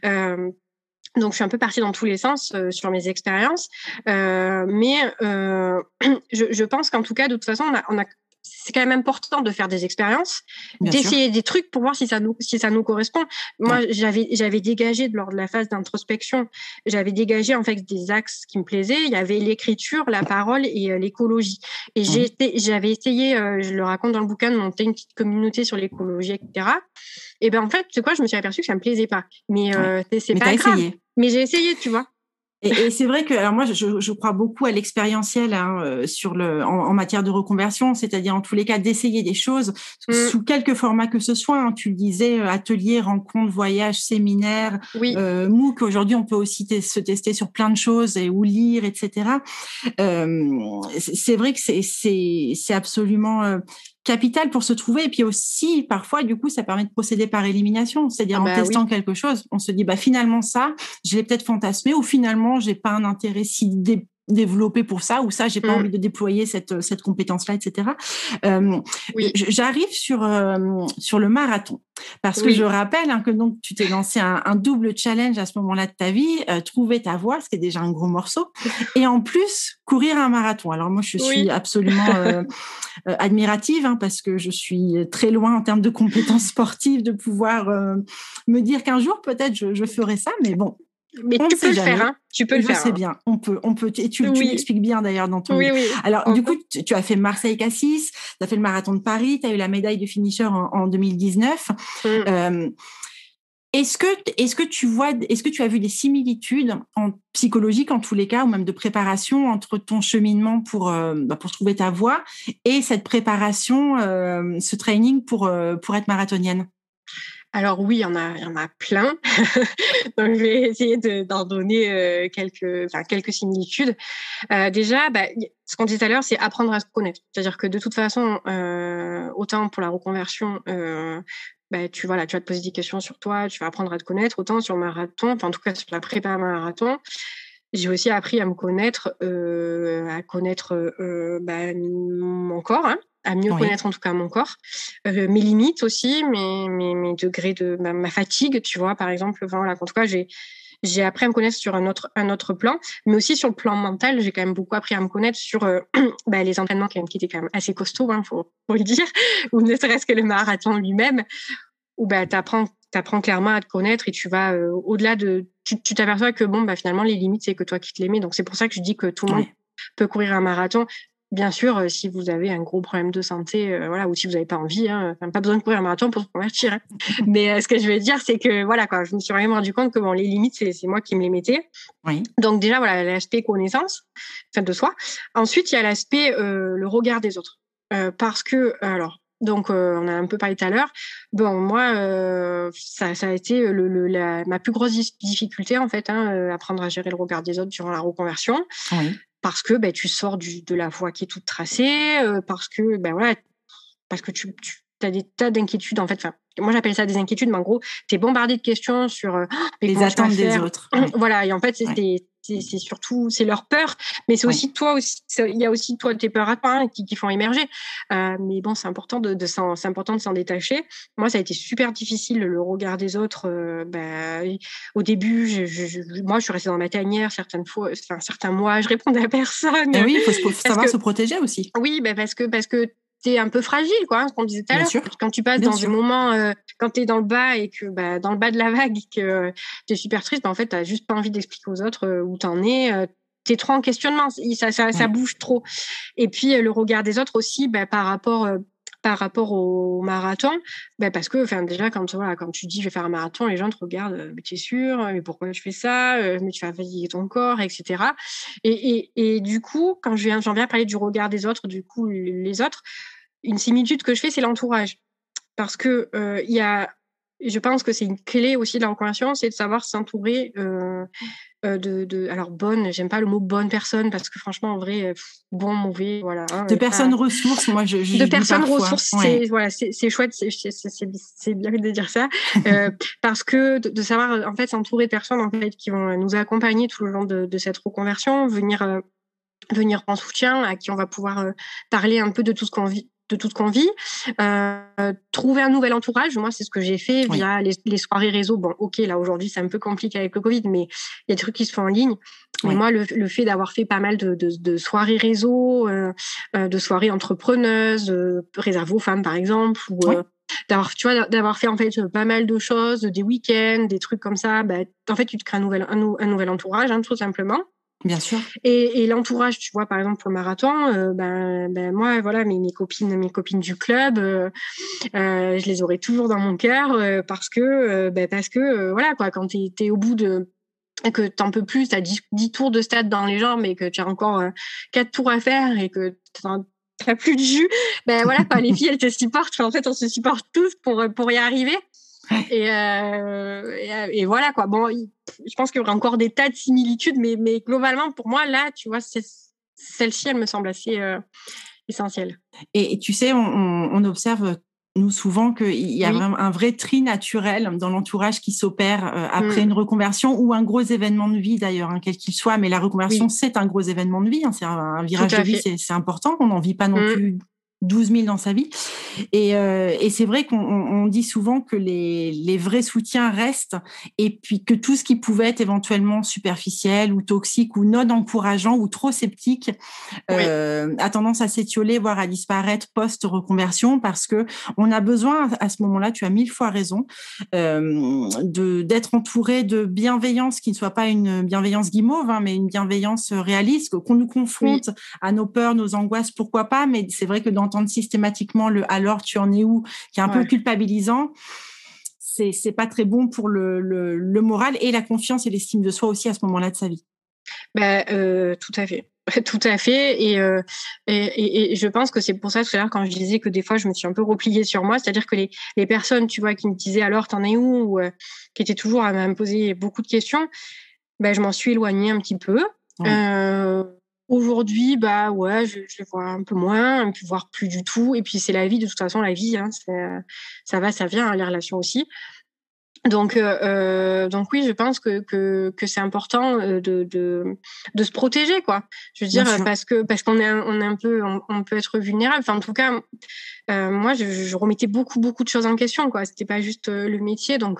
[SPEAKER 2] Donc, je suis un peu partie dans tous les sens sur mes expériences, mais je pense qu'en tout cas, de toute façon, c'est quand même important de faire des expériences,
[SPEAKER 1] Bien
[SPEAKER 2] d'essayer
[SPEAKER 1] sûr.
[SPEAKER 2] des trucs pour voir si ça nous correspond. Moi,
[SPEAKER 1] Ouais.
[SPEAKER 2] j'avais dégagé lors de la phase d'introspection, j'avais dégagé en fait des axes qui me plaisaient. Il y avait l'écriture, la parole et l'écologie. Et
[SPEAKER 1] Oui.
[SPEAKER 2] j'avais essayé, je le raconte dans le bouquin, de monter une petite communauté sur l'écologie, etc. Et ben en fait, c'est quoi, je me suis aperçue que ça me plaisait pas. Mais
[SPEAKER 1] Ouais.
[SPEAKER 2] c'est
[SPEAKER 1] Mais
[SPEAKER 2] pas
[SPEAKER 1] t'as
[SPEAKER 2] grave.
[SPEAKER 1] essayé.
[SPEAKER 2] Mais j'ai essayé, tu vois.
[SPEAKER 1] Et c'est vrai que, alors moi, je crois beaucoup à l'expérientiel en matière de reconversion, c'est-à-dire en tous les cas d'essayer des choses sous quelque format que ce soit. Hein. Tu le disais, atelier, rencontre, voyage, séminaire,
[SPEAKER 2] Oui.
[SPEAKER 1] MOOC. Aujourd'hui, on peut aussi se tester sur plein de choses ou lire, etc. C'est vrai que c'est absolument capital pour se trouver. Et puis aussi, parfois, du coup, ça permet de procéder par élimination. C'est-à-dire en testant quelque chose, on se dit, bah, finalement, ça, je l'ai peut-être fantasmé ou finalement, j'ai pas un intérêt si développé pour ça ou ça, j'ai pas envie de déployer cette compétence-là, etc. J'arrive sur le marathon parce que je rappelle que donc tu t'es lancé un double challenge à ce moment-là de ta vie, trouver ta voie, ce qui est déjà un gros morceau, et en plus courir un marathon. Alors moi, je suis absolument admirative parce que je suis très loin en termes de compétences sportives de pouvoir me dire qu'un jour peut-être je ferai ça, mais bon.
[SPEAKER 2] Mais
[SPEAKER 1] on
[SPEAKER 2] tu
[SPEAKER 1] ne
[SPEAKER 2] peux
[SPEAKER 1] sait
[SPEAKER 2] le
[SPEAKER 1] jamais.
[SPEAKER 2] faire, hein. Tu peux le faire.
[SPEAKER 1] Je sais bien, on peut. Et tu l'expliques bien d'ailleurs dans ton livre.
[SPEAKER 2] Oui.
[SPEAKER 1] Alors, du coup, tu as fait Marseille-Cassis, tu as fait le marathon de Paris, tu as eu la médaille de finisher en 2019. Est-ce que tu as vu des similitudes en psychologique en tous les cas, ou même de préparation entre ton cheminement pour trouver ta voie et cette préparation, ce training pour être marathonienne?
[SPEAKER 2] Alors oui, il y en a plein. Donc je vais essayer d'en donner quelques similitudes. Déjà, ce qu'on disait tout à l'heure, c'est apprendre à se connaître. C'est-à-dire que de toute façon, autant pour la reconversion, tu vas te poser des questions sur toi, tu vas apprendre à te connaître. Autant sur le marathon, enfin en tout cas sur la prépa marathon, j'ai aussi appris à me connaître, mon corps. Hein, à mieux connaître en tout cas mon corps, mes limites aussi, mes degrés de ma fatigue, tu vois, par exemple. Voilà, en tout cas, j'ai appris à me connaître sur un autre plan, mais aussi sur le plan mental, j'ai quand même beaucoup appris à me connaître sur les entraînements qui étaient quand même assez costauds, faut le dire, ou ne serait-ce que le marathon lui-même, où t'apprends clairement à te connaître et tu vas au-delà de... Tu t'aperçois que finalement, les limites, c'est que toi qui te les mets. Donc, c'est pour ça que je dis que tout le monde peut courir un marathon. Bien sûr, si vous avez un gros problème de santé, ou si vous n'avez pas envie, pas besoin de courir un marathon pour se convertir. Hein. Mais ce que je veux dire, c'est que je me suis vraiment rendu compte que les limites, c'est moi qui me les mettais.
[SPEAKER 1] Oui.
[SPEAKER 2] Donc déjà, l'aspect connaissance, de soi. Ensuite, il y a l'aspect le regard des autres, parce que donc, on a un peu parlé tout à l'heure. Bon, moi, ça a été ma plus grosse difficulté, en fait, apprendre à gérer le regard des autres durant la reconversion.
[SPEAKER 1] Oui.
[SPEAKER 2] Parce que tu sors de la voie qui est toute tracée, parce que tu as des tas d'inquiétudes, en fait. Enfin, moi, j'appelle ça des inquiétudes, mais en gros, tu es bombardé de questions sur
[SPEAKER 1] les attentes des autres.
[SPEAKER 2] Voilà, et en fait, c'est surtout leur peur, mais c'est aussi toi aussi. Il y a aussi toi tes peurs à toi qui font émerger. Mais bon, c'est important de s'en détacher. Moi, ça a été super difficile le regard des autres. Au début, moi, je suis restée dans ma tanière certains mois, je répondais à personne.
[SPEAKER 1] Et oui, il faut savoir se protéger aussi.
[SPEAKER 2] Oui, parce que t'es un peu fragile, quoi, ce qu'on disait tout à l'heure. Quand tu passes dans un moment, quand t'es dans le bas et que dans le bas de la vague et que t'es super triste, en fait, t'as juste pas envie d'expliquer aux autres où t'en es. T'es trop en questionnement, ça bouge trop. Et puis le regard des autres aussi, par rapport au marathon, parce que déjà quand tu dis je vais faire un marathon, les gens te regardent, mais tu es sûr, mais pourquoi tu fais ça, mais tu vas fatiguer ton corps, etc. Et du coup, quand j'en viens à parler du regard des autres, du coup les autres, une similitude que je fais, c'est l'entourage, parce que je pense que c'est une clé aussi de la reconversion, c'est de savoir s'entourer alors bonne, j'aime pas le mot bonne personne, parce que franchement, en vrai, bon, mauvais, voilà.
[SPEAKER 1] De personnes ressources, moi, je
[SPEAKER 2] de personnes
[SPEAKER 1] parfois.
[SPEAKER 2] Ressources, c'est chouette, c'est bien de dire ça, parce que de savoir, en fait, s'entourer de personnes, en fait, qui vont nous accompagner tout le long de cette reconversion, venir en soutien, à qui on va pouvoir parler un peu de tout ce qu'on vit, de toute convie. Trouver un nouvel entourage, moi, c'est ce que j'ai fait via les soirées réseau. Bon, ok, là, aujourd'hui, c'est un peu compliqué avec le Covid, mais il y a des trucs qui se font en ligne. Mais moi, le fait d'avoir fait pas mal de soirées réseau, de soirées entrepreneuses, réservées aux femmes, par exemple, ou d'avoir fait en fait pas mal de choses, des week-ends, des trucs comme ça, en fait, tu te crées un nouvel entourage, tout simplement.
[SPEAKER 1] Bien sûr.
[SPEAKER 2] Et l'entourage, tu vois, par exemple pour le marathon, moi, voilà, mes copines du club, je les aurai toujours dans mon cœur parce que voilà quoi, quand t'es au bout de que t'en peux plus, t'as 10 tours de stade dans les jambes et que tu as encore 4 tours à faire et que t'as plus de jus, voilà quoi, les filles elles te supportent, en fait on se supporte tous pour y arriver. Et voilà quoi. Bon, je pense qu'il y aura encore des tas de similitudes, mais globalement pour moi là, tu vois, celle-ci, elle me semble assez essentielle.
[SPEAKER 1] Et tu sais, on observe nous souvent qu'il y a vraiment un vrai tri naturel dans l'entourage qui s'opère après une reconversion ou un gros événement de vie d'ailleurs, quel qu'il soit. Mais la reconversion, c'est un gros événement de vie, c'est un virage de vie, c'est important. On n'en vit pas non plus 12 000 dans sa vie. Et c'est vrai qu'on dit souvent que les vrais soutiens restent et puis que tout ce qui pouvait être éventuellement superficiel ou toxique ou non encourageant ou trop sceptique a tendance à s'étioler, voire à disparaître post-reconversion parce que on a besoin à ce moment-là, tu as 1000 fois raison, d'être entouré de bienveillance qui ne soit pas une bienveillance guimauve, mais une bienveillance réaliste, qu'on nous confronte à nos peurs, nos angoisses, pourquoi pas, mais c'est vrai que d'entendre systématiquement le « alors tu en es où ?» qui est un peu culpabilisant, c'est pas très bon pour le moral et la confiance et l'estime de soi aussi à ce moment-là de sa vie.
[SPEAKER 2] Tout à fait. Tout à fait. Et je pense que c'est pour ça, tout à l'heure, quand je disais que des fois, je me suis un peu repliée sur moi, c'est-à-dire que les personnes, tu vois, qui me disaient alors, t'en es où, ou qui étaient toujours à me poser beaucoup de questions, je m'en suis éloignée un petit peu. Aujourd'hui, je les vois un peu moins, voire plus du tout. Et puis, c'est la vie, de toute façon, la vie, ça va, ça vient, les relations aussi. Donc oui, je pense que c'est important de se protéger, quoi. Je veux dire, parce qu'on est un peu, on peut être vulnérable. Enfin, en tout cas, moi, je remettais beaucoup de choses en question, quoi. C'était pas juste le métier, donc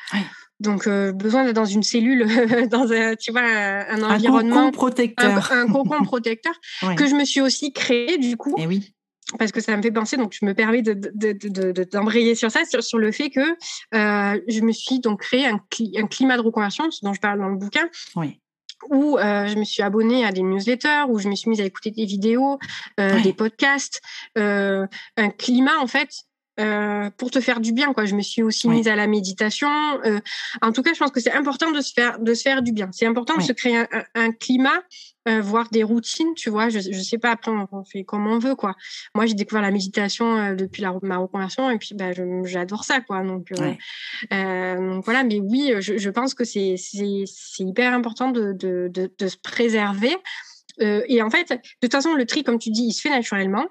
[SPEAKER 2] besoin d'être dans une cellule, dans un environnement, un cocon protecteur que je me suis aussi créé du coup.
[SPEAKER 1] Et oui.
[SPEAKER 2] Parce que ça me fait penser, donc je me permets d'embrayer sur ça, sur le fait que je me suis donc créé un climat de reconversion, ce dont je parle dans le bouquin, où je me suis abonnée à des newsletters, où je me suis mise à écouter des vidéos, des podcasts, un climat en fait pour te faire du bien, quoi. Je me suis aussi mise à la méditation. En tout cas, je pense que c'est important de se faire du bien. C'est important de se créer un climat, voire des routines, tu vois. Je sais pas, après on fait comme on veut, quoi. Moi, j'ai découvert la méditation depuis ma reconversion et puis j'adore ça, quoi. Donc voilà, mais oui, je pense que c'est hyper important de se préserver. Et en fait, de toute façon, le tri, comme tu dis, il se fait naturellement.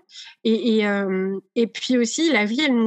[SPEAKER 2] Et puis aussi, la vie, elle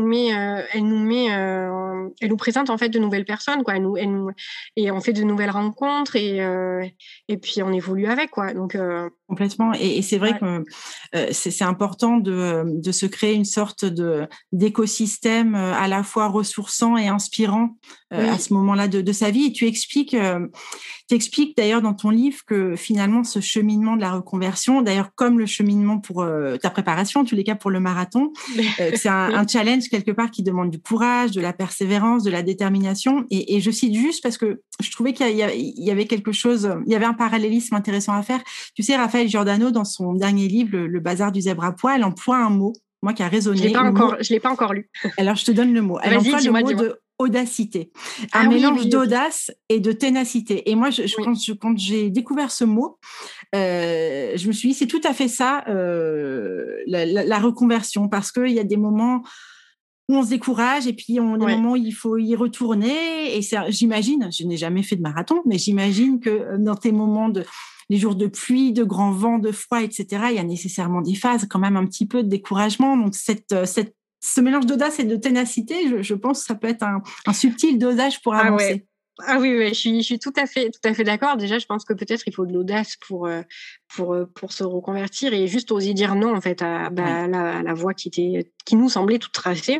[SPEAKER 2] nous présente en fait de nouvelles personnes, quoi. Et on fait de nouvelles rencontres et puis on évolue avec, quoi. Donc
[SPEAKER 1] complètement. Et c'est vrai que c'est important de se créer une sorte d'écosystème à la fois ressourçant et inspirant à ce moment-là de sa vie. Et tu expliques d'ailleurs dans ton livre que finalement ce cheminement de la reconversion, d'ailleurs comme le cheminement pour ta préparation, en tous les cas pour le marathon, c'est un challenge quelque part qui demande du courage, de la persévérance, de la détermination. Et je cite juste parce que je trouvais qu'il y avait quelque chose, il y avait un parallélisme intéressant à faire. Tu sais, Raphaël Giordano, dans son dernier livre, Le bazar du zèbre à poil, elle emploie un mot, moi, qui a résonné.
[SPEAKER 2] Je l'ai pas encore lu.
[SPEAKER 1] Alors, je te donne le mot. Elle emploie le mot de audacité. Un mélange d'audace et de ténacité. Et moi, quand j'ai découvert ce mot, je me suis dit, c'est tout à fait ça, la reconversion, parce qu'il y a des moments où on se décourage et puis des moments où il faut y retourner. Et j'imagine, je n'ai jamais fait de marathon, mais j'imagine que dans tes moments les jours de pluie, de grand vent, de froid, etc., il y a nécessairement des phases, quand même un petit peu de découragement. Donc, ce mélange d'audace et de ténacité, je pense que ça peut être un subtil dosage pour avancer.
[SPEAKER 2] Ah oui, ouais, je suis tout à fait d'accord. Déjà, je pense que peut-être il faut de l'audace pour se reconvertir et juste oser dire non en fait à
[SPEAKER 1] Oui.
[SPEAKER 2] la voie qui nous semblait toute tracée.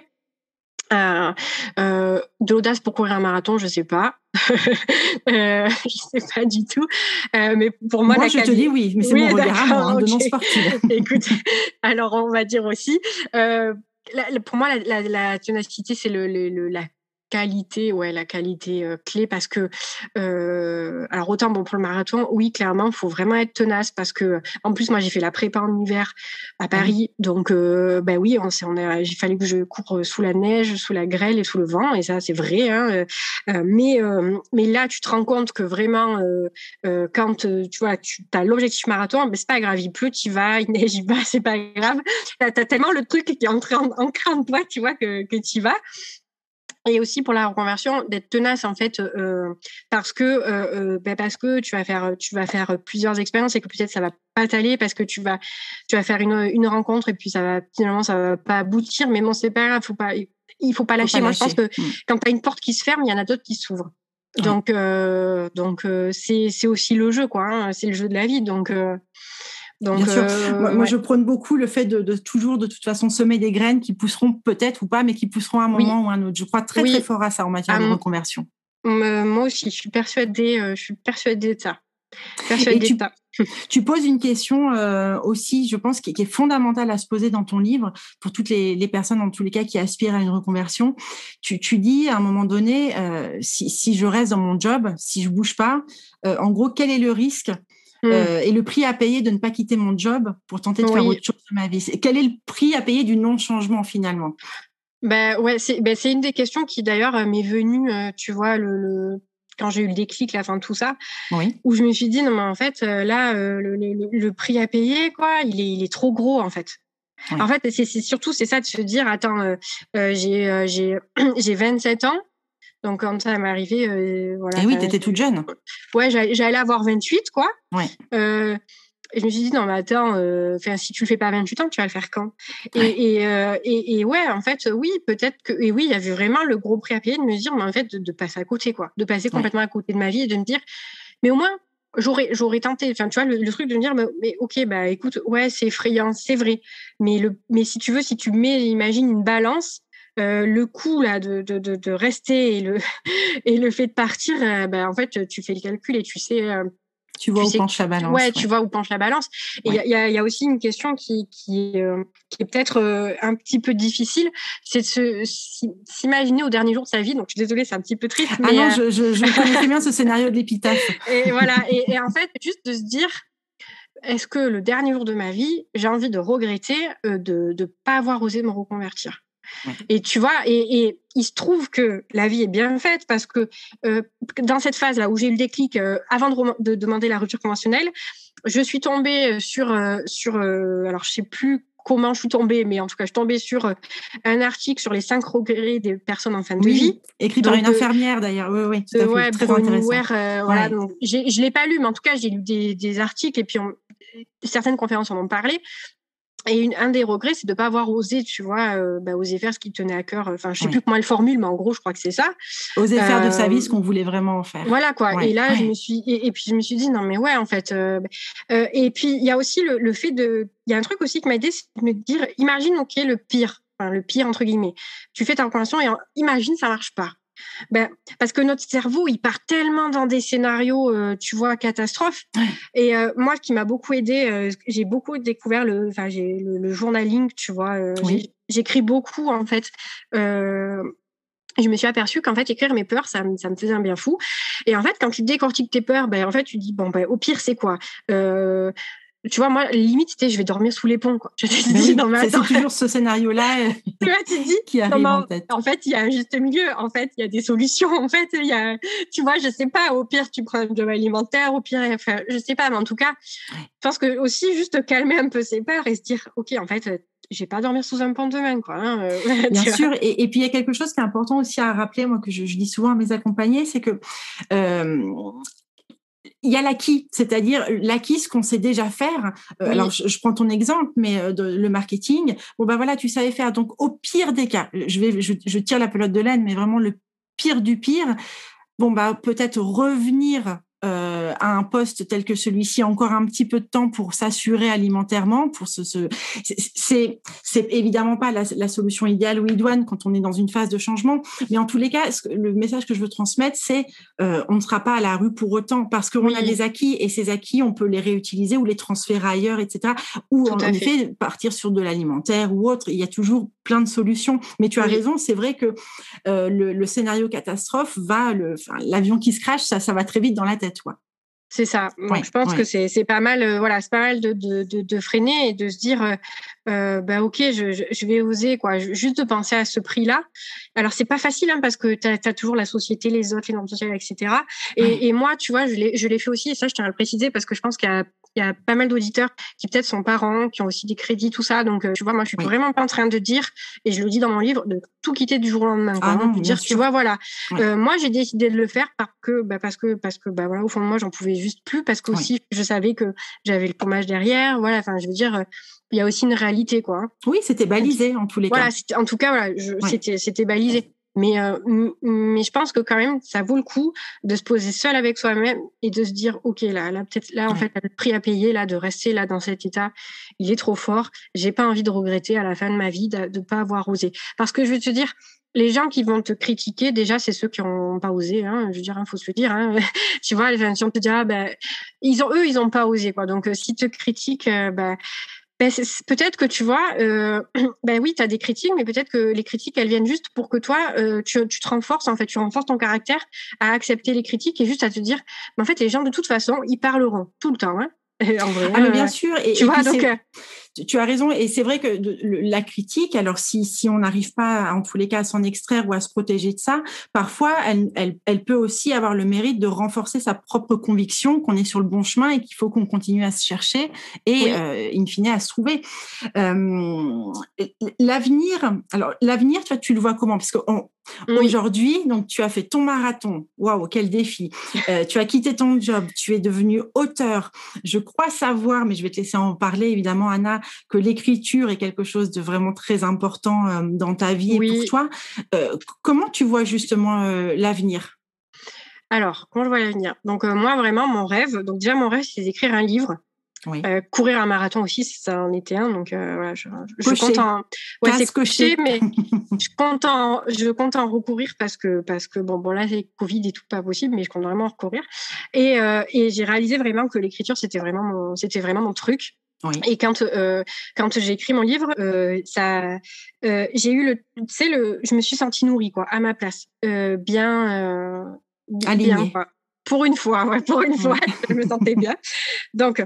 [SPEAKER 2] De l'audace pour courir un marathon, je sais pas. Je sais pas du tout. Mais pour moi,
[SPEAKER 1] Moi,
[SPEAKER 2] la
[SPEAKER 1] je te dis oui, mais c'est
[SPEAKER 2] oui,
[SPEAKER 1] mon regard à moi,
[SPEAKER 2] d'accord,
[SPEAKER 1] de
[SPEAKER 2] ok.
[SPEAKER 1] non-sportive.
[SPEAKER 2] Écoute, alors on va dire aussi, pour moi, la ténacité, c'est la qualité, ouais, la qualité clé parce que, alors autant bon pour le marathon, oui, clairement, faut vraiment être tenace parce que, en plus, moi, j'ai fait la prépa en hiver à
[SPEAKER 1] Ah oui.
[SPEAKER 2] Paris, donc ben oui, il fallait que je cours sous la neige, sous la grêle et sous le vent, et ça, c'est vrai, hein. Mais là, tu te rends compte que vraiment, quand tu vois, tu as l'objectif marathon, ben c'est pas grave, il pleut, tu y vas, il neige, il va, c'est pas grave. T'as tellement le truc qui est ancré en toi, tu vois, que tu y vas. Et aussi pour la reconversion, d'être tenace en fait, parce que tu vas faire plusieurs expériences et que peut-être ça va pas t'aller parce que tu vas faire une rencontre et puis finalement ça va pas aboutir. Mais bon, c'est pas grave, il faut pas
[SPEAKER 1] Faut
[SPEAKER 2] lâcher.
[SPEAKER 1] pas
[SPEAKER 2] Moi, je pense
[SPEAKER 1] lâcher.
[SPEAKER 2] que quand tu as une porte qui se ferme, il y en a d'autres qui s'ouvrent.
[SPEAKER 1] Ouais.
[SPEAKER 2] Donc c'est aussi le jeu, quoi. Hein, c'est le jeu de la vie.
[SPEAKER 1] Bien sûr. Moi,
[SPEAKER 2] Ouais.
[SPEAKER 1] je prône beaucoup le fait de toujours, de toute façon, semer des graines qui pousseront peut-être ou pas, mais qui pousseront à un
[SPEAKER 2] Oui,
[SPEAKER 1] moment ou à un autre. Je crois très, très
[SPEAKER 2] oui.
[SPEAKER 1] fort à ça en matière de reconversion.
[SPEAKER 2] Moi aussi, je suis persuadée de ça.
[SPEAKER 1] Et
[SPEAKER 2] Persuadée de ça.
[SPEAKER 1] tu poses une question aussi, je pense, qui est fondamentale à se poser dans ton livre pour toutes les personnes, en tous les cas, qui aspirent à une reconversion. Tu dis à un moment donné, si je reste dans mon job, si je bouge pas, en gros, quel est le risque et le prix à payer de ne pas quitter mon job pour tenter de faire
[SPEAKER 2] Oui,
[SPEAKER 1] autre chose de ma vie? Quel est le prix à payer du non-changement finalement?
[SPEAKER 2] ouais, c'est une des questions qui d'ailleurs m'est venue, tu vois, quand j'ai eu le déclic, la fin de tout ça,
[SPEAKER 1] Oui.
[SPEAKER 2] où je me suis dit non mais en fait là le prix à payer quoi, il est trop gros en fait. En
[SPEAKER 1] Oui.
[SPEAKER 2] fait, c'est surtout c'est ça de se dire attends j'ai 27 ans. Donc quand ça m'est arrivé voilà,
[SPEAKER 1] Et oui, tu étais toute jeune.
[SPEAKER 2] ouais, j'allais avoir 28 quoi.
[SPEAKER 1] Ouais.
[SPEAKER 2] Et je me suis dit, non, mais attends, si tu le fais pas à 28 ans, tu vas le faire quand?
[SPEAKER 1] Ouais.
[SPEAKER 2] Et ouais, en fait, oui, peut-être que, et oui, il y avait vraiment le gros prix à payer de me dire, mais en fait, de passer à côté, quoi. De passer
[SPEAKER 1] Ouais.
[SPEAKER 2] complètement à côté de ma vie et de me dire, mais au moins, j'aurais tenté. Enfin, tu vois, le truc de me dire, mais ok, bah, écoute, ouais, c'est effrayant, c'est vrai. Mais si tu veux, si tu imagine une balance, le coût, là, de rester et le fait de partir, bah, en fait, tu fais le calcul et
[SPEAKER 1] Tu vois où penche la balance.
[SPEAKER 2] ouais,
[SPEAKER 1] Ouais.
[SPEAKER 2] tu vois où penche la balance. Et
[SPEAKER 1] Ouais.
[SPEAKER 2] il y a aussi une question qui est peut-être un petit peu difficile, c'est de s'imaginer au dernier jour de sa vie. Donc, je suis désolée, c'est un petit peu triste,
[SPEAKER 1] Ah
[SPEAKER 2] mais
[SPEAKER 1] non, je connais très bien ce scénario de l'épitaphe.
[SPEAKER 2] et voilà. Et en fait, juste de se dire, est-ce que le dernier jour de ma vie, j'ai envie de regretter de pas avoir osé me reconvertir?
[SPEAKER 1] Ouais.
[SPEAKER 2] Et tu vois, et il se trouve que la vie est bien faite parce que dans cette phase-là où j'ai eu le déclic, avant de demander la rupture conventionnelle, je suis tombée alors je sais plus comment je suis tombée, mais en tout cas, je suis tombée sur un article sur les 5 regrets des personnes en fin de vie.
[SPEAKER 1] Oui, écrit par
[SPEAKER 2] Donc,
[SPEAKER 1] une infirmière d'ailleurs. Oui, oui, tout à fait.
[SPEAKER 2] ouais,
[SPEAKER 1] Très intéressant.
[SPEAKER 2] Bronware, voilà.
[SPEAKER 1] Ouais.
[SPEAKER 2] Donc, je l'ai pas lu, mais en tout cas, j'ai lu des articles et puis certaines conférences en ont parlé. Et un des regrets, c'est de pas avoir osé, tu vois, oser faire ce qui tenait à cœur. Enfin, je sais plus
[SPEAKER 1] Oui.
[SPEAKER 2] comment elle formule, mais en gros, je crois que c'est ça.
[SPEAKER 1] Oser faire de sa vie
[SPEAKER 2] Euh,
[SPEAKER 1] ce qu'on voulait vraiment en faire.
[SPEAKER 2] voilà quoi. Et
[SPEAKER 1] Ouais.
[SPEAKER 2] là,
[SPEAKER 1] Ouais.
[SPEAKER 2] et puis je me suis dit non mais ouais en fait. Et puis il y a aussi le fait il y a un truc aussi qui m'a aidé, c'est de me dire, imagine ok le pire, enfin, le pire entre guillemets. Tu fais ta reconversion et imagine ça marche pas. Ben, parce que notre cerveau, il part tellement dans des scénarios, tu vois, catastrophes. Et moi, ce qui m'a beaucoup aidé, j'ai beaucoup découvert le journaling, tu vois.
[SPEAKER 1] Oui.
[SPEAKER 2] J'écris beaucoup, en fait. Je me suis aperçue qu'en fait, écrire mes peurs, ça me faisait un bien fou. Et en fait, quand tu décortiques tes peurs, ben, en fait, tu dis, bon, ben, au pire, c'est quoi? Tu vois, moi, limite, c'était, je vais dormir sous les ponts, quoi. Je te
[SPEAKER 1] Ben
[SPEAKER 2] dis,
[SPEAKER 1] oui,
[SPEAKER 2] non, mais
[SPEAKER 1] c'est
[SPEAKER 2] attends.
[SPEAKER 1] toujours ce scénario-là
[SPEAKER 2] Tu vois, tu te dis,
[SPEAKER 1] qui arrive en tête.
[SPEAKER 2] en fait, il y a un juste milieu. En fait, il y a des solutions. En fait, tu vois, je sais pas, au pire, tu prends un job alimentaire, au pire, enfin, je sais pas, mais en tout cas, je pense que aussi, juste calmer un peu ses peurs et se dire, OK, en fait, je vais pas dormir sous un pont demain, quoi. Hein,
[SPEAKER 1] Bien
[SPEAKER 2] tu vois.
[SPEAKER 1] sûr. Et puis, il y a quelque chose qui est important aussi à rappeler, moi, que je dis souvent à mes accompagnés, c'est que il y a l'acquis, c'est-à-dire l'acquis, ce qu'on sait déjà faire. Alors,
[SPEAKER 2] Oui,
[SPEAKER 1] je prends ton exemple, mais le marketing. Bon, ben voilà, tu savais faire. Donc, au pire des cas, je tire la pelote de laine, mais vraiment le pire du pire, bon, bah, peut-être revenir à un poste tel que celui-ci encore un petit peu de temps pour s'assurer alimentairement, pour c'est évidemment pas la solution idéale ou idoine quand on est dans une phase de changement, mais en tous les cas, le message que je veux transmettre, c'est on ne sera pas à la rue pour autant parce qu'on a des acquis et ces acquis, on peut les réutiliser ou les transférer ailleurs, etc. Ou en effet, partir sur de l'alimentaire ou autre. Il y a toujours plein de solutions. Mais tu as raison, c'est vrai que le scénario catastrophe l'avion qui se crache, ça va très vite dans la tête, quoi.
[SPEAKER 2] C'est ça. Donc, je pense que c'est pas mal, voilà, c'est pas mal de freiner et de se dire, bah, ok, je vais oser, quoi. Juste de penser à ce prix-là. Alors, c'est pas facile, hein, parce que t'as toujours la société, les autres, les normes sociales, etc. Et moi, tu vois, je l'ai fait aussi, et ça, je tiens à le préciser parce que je pense qu'il y a pas mal d'auditeurs qui peut-être sont parents, qui ont aussi des crédits, tout ça. Donc, tu vois, moi, je suis vraiment pas en train de dire, et je le dis dans mon livre, de tout quitter du jour au lendemain, quoi.
[SPEAKER 1] Non,
[SPEAKER 2] de dire, tu vois, voilà. Moi, j'ai décidé de le faire parce que, bah, voilà, au fond de moi, j'en pouvais juste plus parce que aussi je savais que j'avais le chômage derrière, voilà, enfin je veux dire il y a aussi une réalité, quoi.
[SPEAKER 1] Oui, c'était balisé en tous les cas.
[SPEAKER 2] En tout cas voilà, c'était balisé. Mais je pense que quand même ça vaut le coup de se poser seul avec soi-même et de se dire ok, là peut-être là en fait le prix à payer là de rester là dans cet état, il est trop fort, j'ai pas envie de regretter à la fin de ma vie de pas avoir osé. Parce que je vais te dire, les gens qui vont te critiquer, déjà, c'est ceux qui n'ont pas osé, hein. Je veux dire, faut se le dire, hein. Tu vois, les gens te disent, ils ont pas osé, quoi. Donc, s'ils te critiquent, peut-être que tu vois, oui, tu as des critiques, mais peut-être que les critiques, elles viennent juste pour que toi, tu te renforces, en fait, tu renforces ton caractère à accepter les critiques et juste à te dire, mais en fait, les gens, de toute façon, ils parleront tout le temps, hein. En vrai,
[SPEAKER 1] mais bien sûr.
[SPEAKER 2] Tu vois, donc.
[SPEAKER 1] Tu as raison, et c'est vrai que la critique, alors si on n'arrive pas en tous les cas à s'en extraire ou à se protéger de ça, parfois elle peut aussi avoir le mérite de renforcer sa propre conviction qu'on est sur le bon chemin et qu'il faut qu'on continue à se chercher et in fine à se trouver. L'avenir, tu le vois comment? Parce que aujourd'hui, donc tu as fait ton marathon. Waouh, quel défi! Tu as quitté ton job, tu es devenue auteur. Je crois savoir, mais je vais te laisser en parler évidemment, Anna, que l'écriture est quelque chose de vraiment très important dans ta vie et pour toi. Comment tu vois justement l'avenir?
[SPEAKER 2] Alors, comment je vois l'avenir? Donc moi vraiment mon rêve, c'est d'écrire un livre. Courir un marathon aussi, si ça en était un. Donc voilà, je compte en. Ouais, c'est coché, mais je compte en recourir parce que bon là c'est Covid et tout, pas possible, mais je compte vraiment en recourir. Et j'ai réalisé vraiment que l'écriture c'était vraiment mon truc. Et quand j'ai écrit mon livre, j'ai eu je me suis sentie nourrie, quoi, à ma place, bien quoi. Pour une fois, je me sentais bien. Donc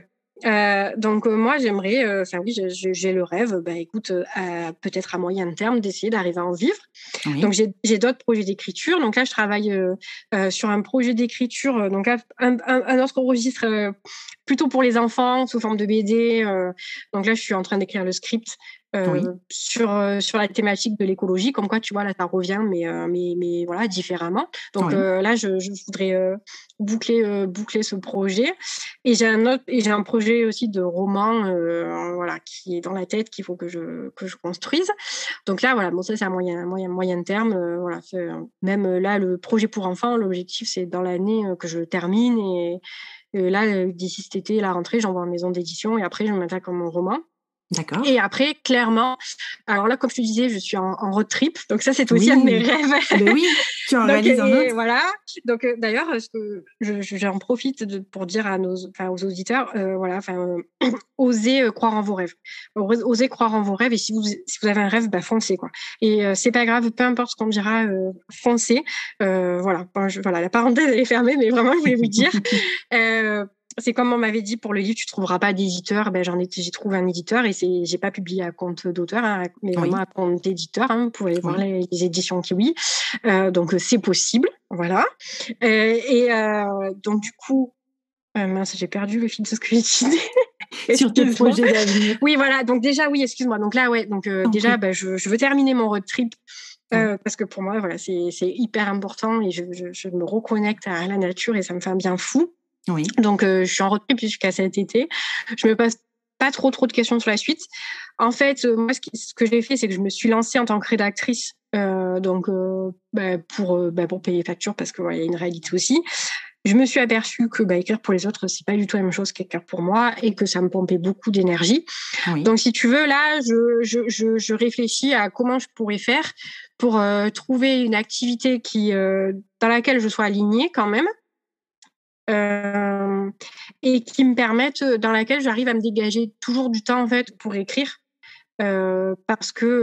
[SPEAKER 2] moi j'aimerais, j'ai le rêve, écoute, peut-être à moyen terme d'essayer d'arriver à en vivre. Donc j'ai d'autres projets d'écriture. Donc là je travaille sur un projet d'écriture, donc un autre registre plutôt pour les enfants sous forme de BD. Donc là je suis en train d'écrire le script sur la thématique de l'écologie, comme quoi tu vois là ça revient, mais voilà, différemment. Donc là je voudrais boucler ce projet, et j'ai un projet aussi de roman qui est dans la tête, qu'il faut que je construise. Donc là voilà, bon, ça c'est à moyen terme, même là le projet pour enfants, l'objectif c'est dans l'année que je termine, et là d'ici cet été, la rentrée, j'envoie en maison d'édition et après je m'attaque à mon roman.
[SPEAKER 1] D'accord.
[SPEAKER 2] Et après, clairement, alors là, comme je te disais, je suis en road trip, donc ça, c'est aussi un de mes rêves.
[SPEAKER 1] Ben oui, tu en réalises un autre.
[SPEAKER 2] Voilà. Donc d'ailleurs, j'en profite pour dire aux auditeurs, osez croire en vos rêves. Osez croire en vos rêves, et si vous avez un rêve, foncez, quoi. Et c'est pas grave, peu importe ce qu'on dira, foncez. Voilà. La parenthèse elle est fermée, mais vraiment, je voulais vous le dire. C'est comme on m'avait dit pour le livre, tu trouveras pas d'éditeur. J'ai trouvé un éditeur, et j'ai pas publié à compte d'auteur, hein, mais vraiment à compte d'éditeur. Hein, vous pouvez aller voir les éditions Kiwi. Donc c'est possible, voilà. Donc du coup, mince, j'ai perdu le fil de ce que j'ai dit.
[SPEAKER 1] Sur tes projets d'avenir.
[SPEAKER 2] Oui, voilà. Donc déjà, oui, excuse-moi. Donc là, ouais. Donc déjà, je veux terminer mon road trip. Parce que pour moi, voilà, c'est hyper important, et je me reconnecte à la nature, et ça me fait un bien fou. Donc je suis en road trip jusqu'à cet été. Je me pose pas trop de questions sur la suite. En fait, moi, ce que j'ai fait, c'est que je me suis lancée en tant que rédactrice pour payer les factures, parce que il y a une réalité aussi. Je me suis aperçue que écrire pour les autres, c'est pas du tout la même chose qu'écrire pour moi, et que ça me pompait beaucoup d'énergie. Oui. Donc, si tu veux, là, je réfléchis à comment je pourrais faire pour trouver une activité dans laquelle je sois alignée quand même, et qui me permette, dans laquelle j'arrive à me dégager toujours du temps en fait pour écrire. Parce que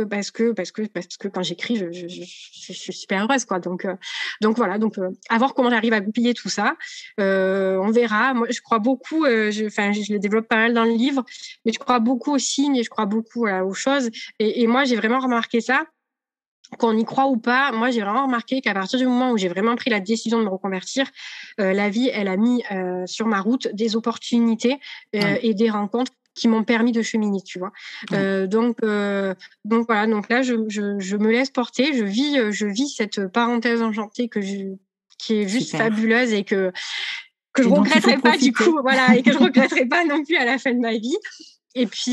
[SPEAKER 2] quand j'écris, je suis super heureuse, quoi. Donc voilà. Donc à voir comment j'arrive à goupiller tout ça. On verra. Moi, je crois beaucoup. Je le développe pas mal dans le livre, mais je crois beaucoup aux signes et je crois beaucoup aux choses. Et moi, j'ai vraiment remarqué ça. Qu'on y croit ou pas, moi, j'ai vraiment remarqué qu'à partir du moment où j'ai vraiment pris la décision de me reconvertir, la vie, elle a mis sur ma route des opportunités et des rencontres qui m'ont permis de cheminer, tu vois. Donc voilà. Donc là, je me laisse porter. Je vis cette parenthèse enchantée qui est juste fabuleuse et que je regretterai pas du coup, voilà, et que je regretterai pas non plus à la fin de ma vie. Et puis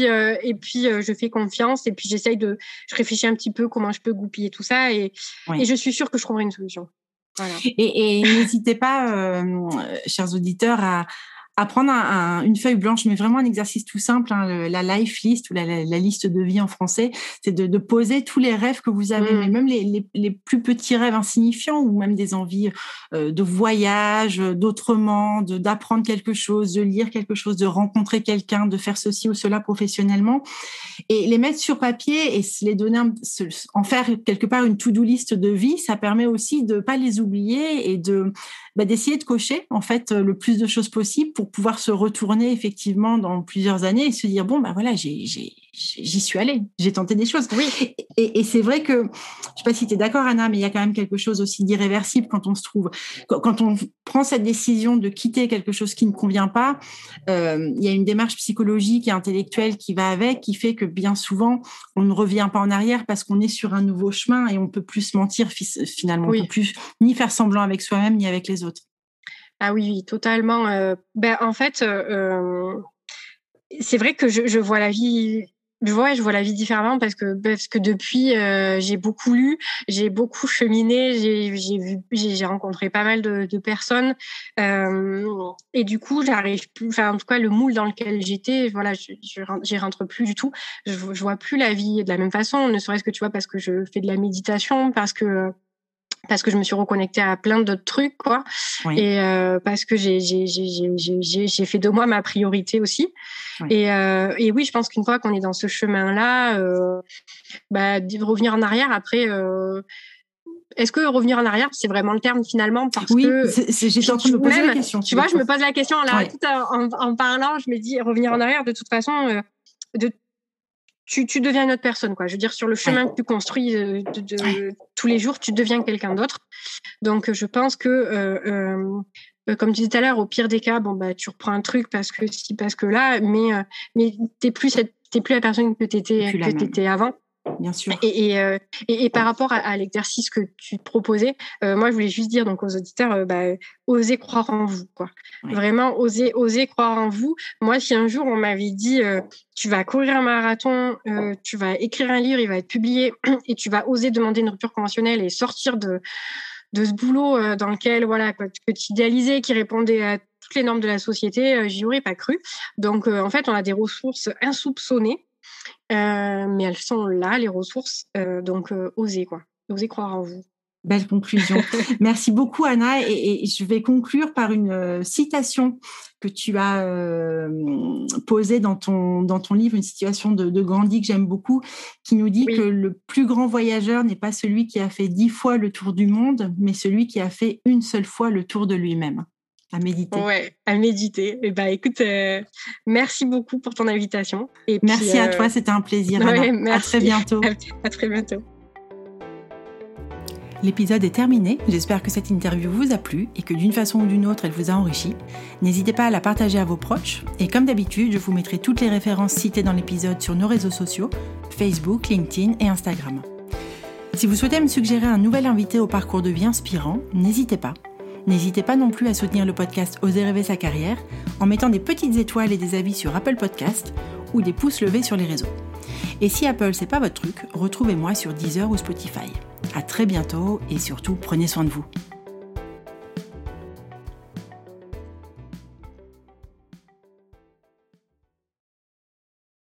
[SPEAKER 2] je fais confiance et puis je réfléchis un petit peu comment je peux goupiller tout ça et je suis sûre que je trouverai une solution. Voilà.
[SPEAKER 1] Et n'hésitez pas, chers auditeurs, à prendre une feuille blanche, mais vraiment un exercice tout simple, la life list ou la liste de vie en français, c'est de poser tous les rêves que vous avez, mais même les plus petits rêves insignifiants ou même des envies de voyage, d'autrement, d'apprendre quelque chose, de lire quelque chose, de rencontrer quelqu'un, de faire ceci ou cela professionnellement, et les mettre sur papier et se les donner, en faire quelque part une to-do list de vie. Ça permet aussi de pas les oublier et d'essayer de cocher en fait le plus de choses possibles pour pouvoir se retourner effectivement dans plusieurs années et se dire bon voilà, j'y suis allée, j'ai tenté des choses.
[SPEAKER 2] Oui.
[SPEAKER 1] Et c'est vrai que je sais pas si tu es d'accord, Anna, mais il y a quand même quelque chose aussi d'irréversible quand on prend cette décision de quitter quelque chose qui ne convient pas. Il y a une démarche psychologique et intellectuelle qui va avec, qui fait que bien souvent on ne revient pas en arrière parce qu'on est sur un nouveau chemin et on peut plus se mentir finalement. Oui. On peut plus ni faire semblant avec soi-même ni avec les autres.
[SPEAKER 2] Ah oui, totalement. En fait, c'est vrai que je vois la vie. Je vois la vie différemment parce que depuis j'ai beaucoup lu, j'ai beaucoup cheminé, j'ai rencontré pas mal de personnes et du coup j'arrive plus, en tout cas le moule dans lequel j'étais, voilà, j'y rentre plus du tout. Je vois plus la vie de la même façon, ne serait-ce que tu vois parce que je fais de la méditation, parce que je me suis reconnectée à plein d'autres trucs, quoi. Oui. Et parce que j'ai fait de moi ma priorité aussi. Oui. Et oui, je pense qu'une fois qu'on est dans ce chemin-là, revenir en arrière après. Est-ce que revenir en arrière, c'est vraiment le terme finalement, parce que
[SPEAKER 1] j'étais en train de me poser la question.
[SPEAKER 2] Tu vois, je me pose la question là, tout en parlant, je me dis revenir en arrière. De toute façon, tu deviens une autre personne, quoi. Je veux dire, sur le chemin que tu construis tous les jours, tu deviens quelqu'un d'autre. Donc, je pense que, comme tu disais tout à l'heure, au pire des cas, tu reprends un truc parce que si, parce que là, mais t'es plus la personne que t'étais avant.
[SPEAKER 1] Bien sûr.
[SPEAKER 2] Et par rapport à l'exercice que tu te proposais, moi, je voulais juste dire donc aux auditeurs, osez croire en vous, quoi. Oui. Vraiment, osez croire en vous. Moi, si un jour on m'avait dit, tu vas courir un marathon, tu vas écrire un livre, il va être publié, et tu vas oser demander une rupture conventionnelle et sortir de ce boulot dans lequel, voilà, que tu idéalisais, qui répondait à toutes les normes de la société, j'y aurais pas cru. Donc, en fait, on a des ressources insoupçonnées. Mais elles sont là, les ressources. Donc, osez croire en vous.
[SPEAKER 1] Belle conclusion. Merci beaucoup, Anna. Et je vais conclure par une citation que tu as posée dans ton livre, une citation de Gandhi que j'aime beaucoup, qui nous dit que le plus grand voyageur n'est pas celui qui a fait 10 fois le tour du monde, mais celui qui a fait une seule fois le tour de lui-même. À méditer.
[SPEAKER 2] Ouais, à méditer. Et écoute, merci beaucoup pour ton invitation. Et
[SPEAKER 1] merci
[SPEAKER 2] puis,
[SPEAKER 1] à toi, c'était un plaisir.
[SPEAKER 2] Ouais,
[SPEAKER 1] Anna. À très bientôt.
[SPEAKER 2] À très bientôt.
[SPEAKER 1] L'épisode est terminé. J'espère que cette interview vous a plu et que d'une façon ou d'une autre, elle vous a enrichi. N'hésitez pas à la partager à vos proches. Et comme d'habitude, je vous mettrai toutes les références citées dans l'épisode sur nos réseaux sociaux, Facebook, LinkedIn et Instagram. Si vous souhaitez me suggérer un nouvel invité au parcours de vie inspirant, n'hésitez pas. N'hésitez pas non plus à soutenir le podcast Oser rêver sa carrière en mettant des petites étoiles et des avis sur Apple Podcast ou des pouces levés sur les réseaux. Et si Apple, c'est pas votre truc, retrouvez-moi sur Deezer ou Spotify. À très bientôt et surtout, prenez soin de vous.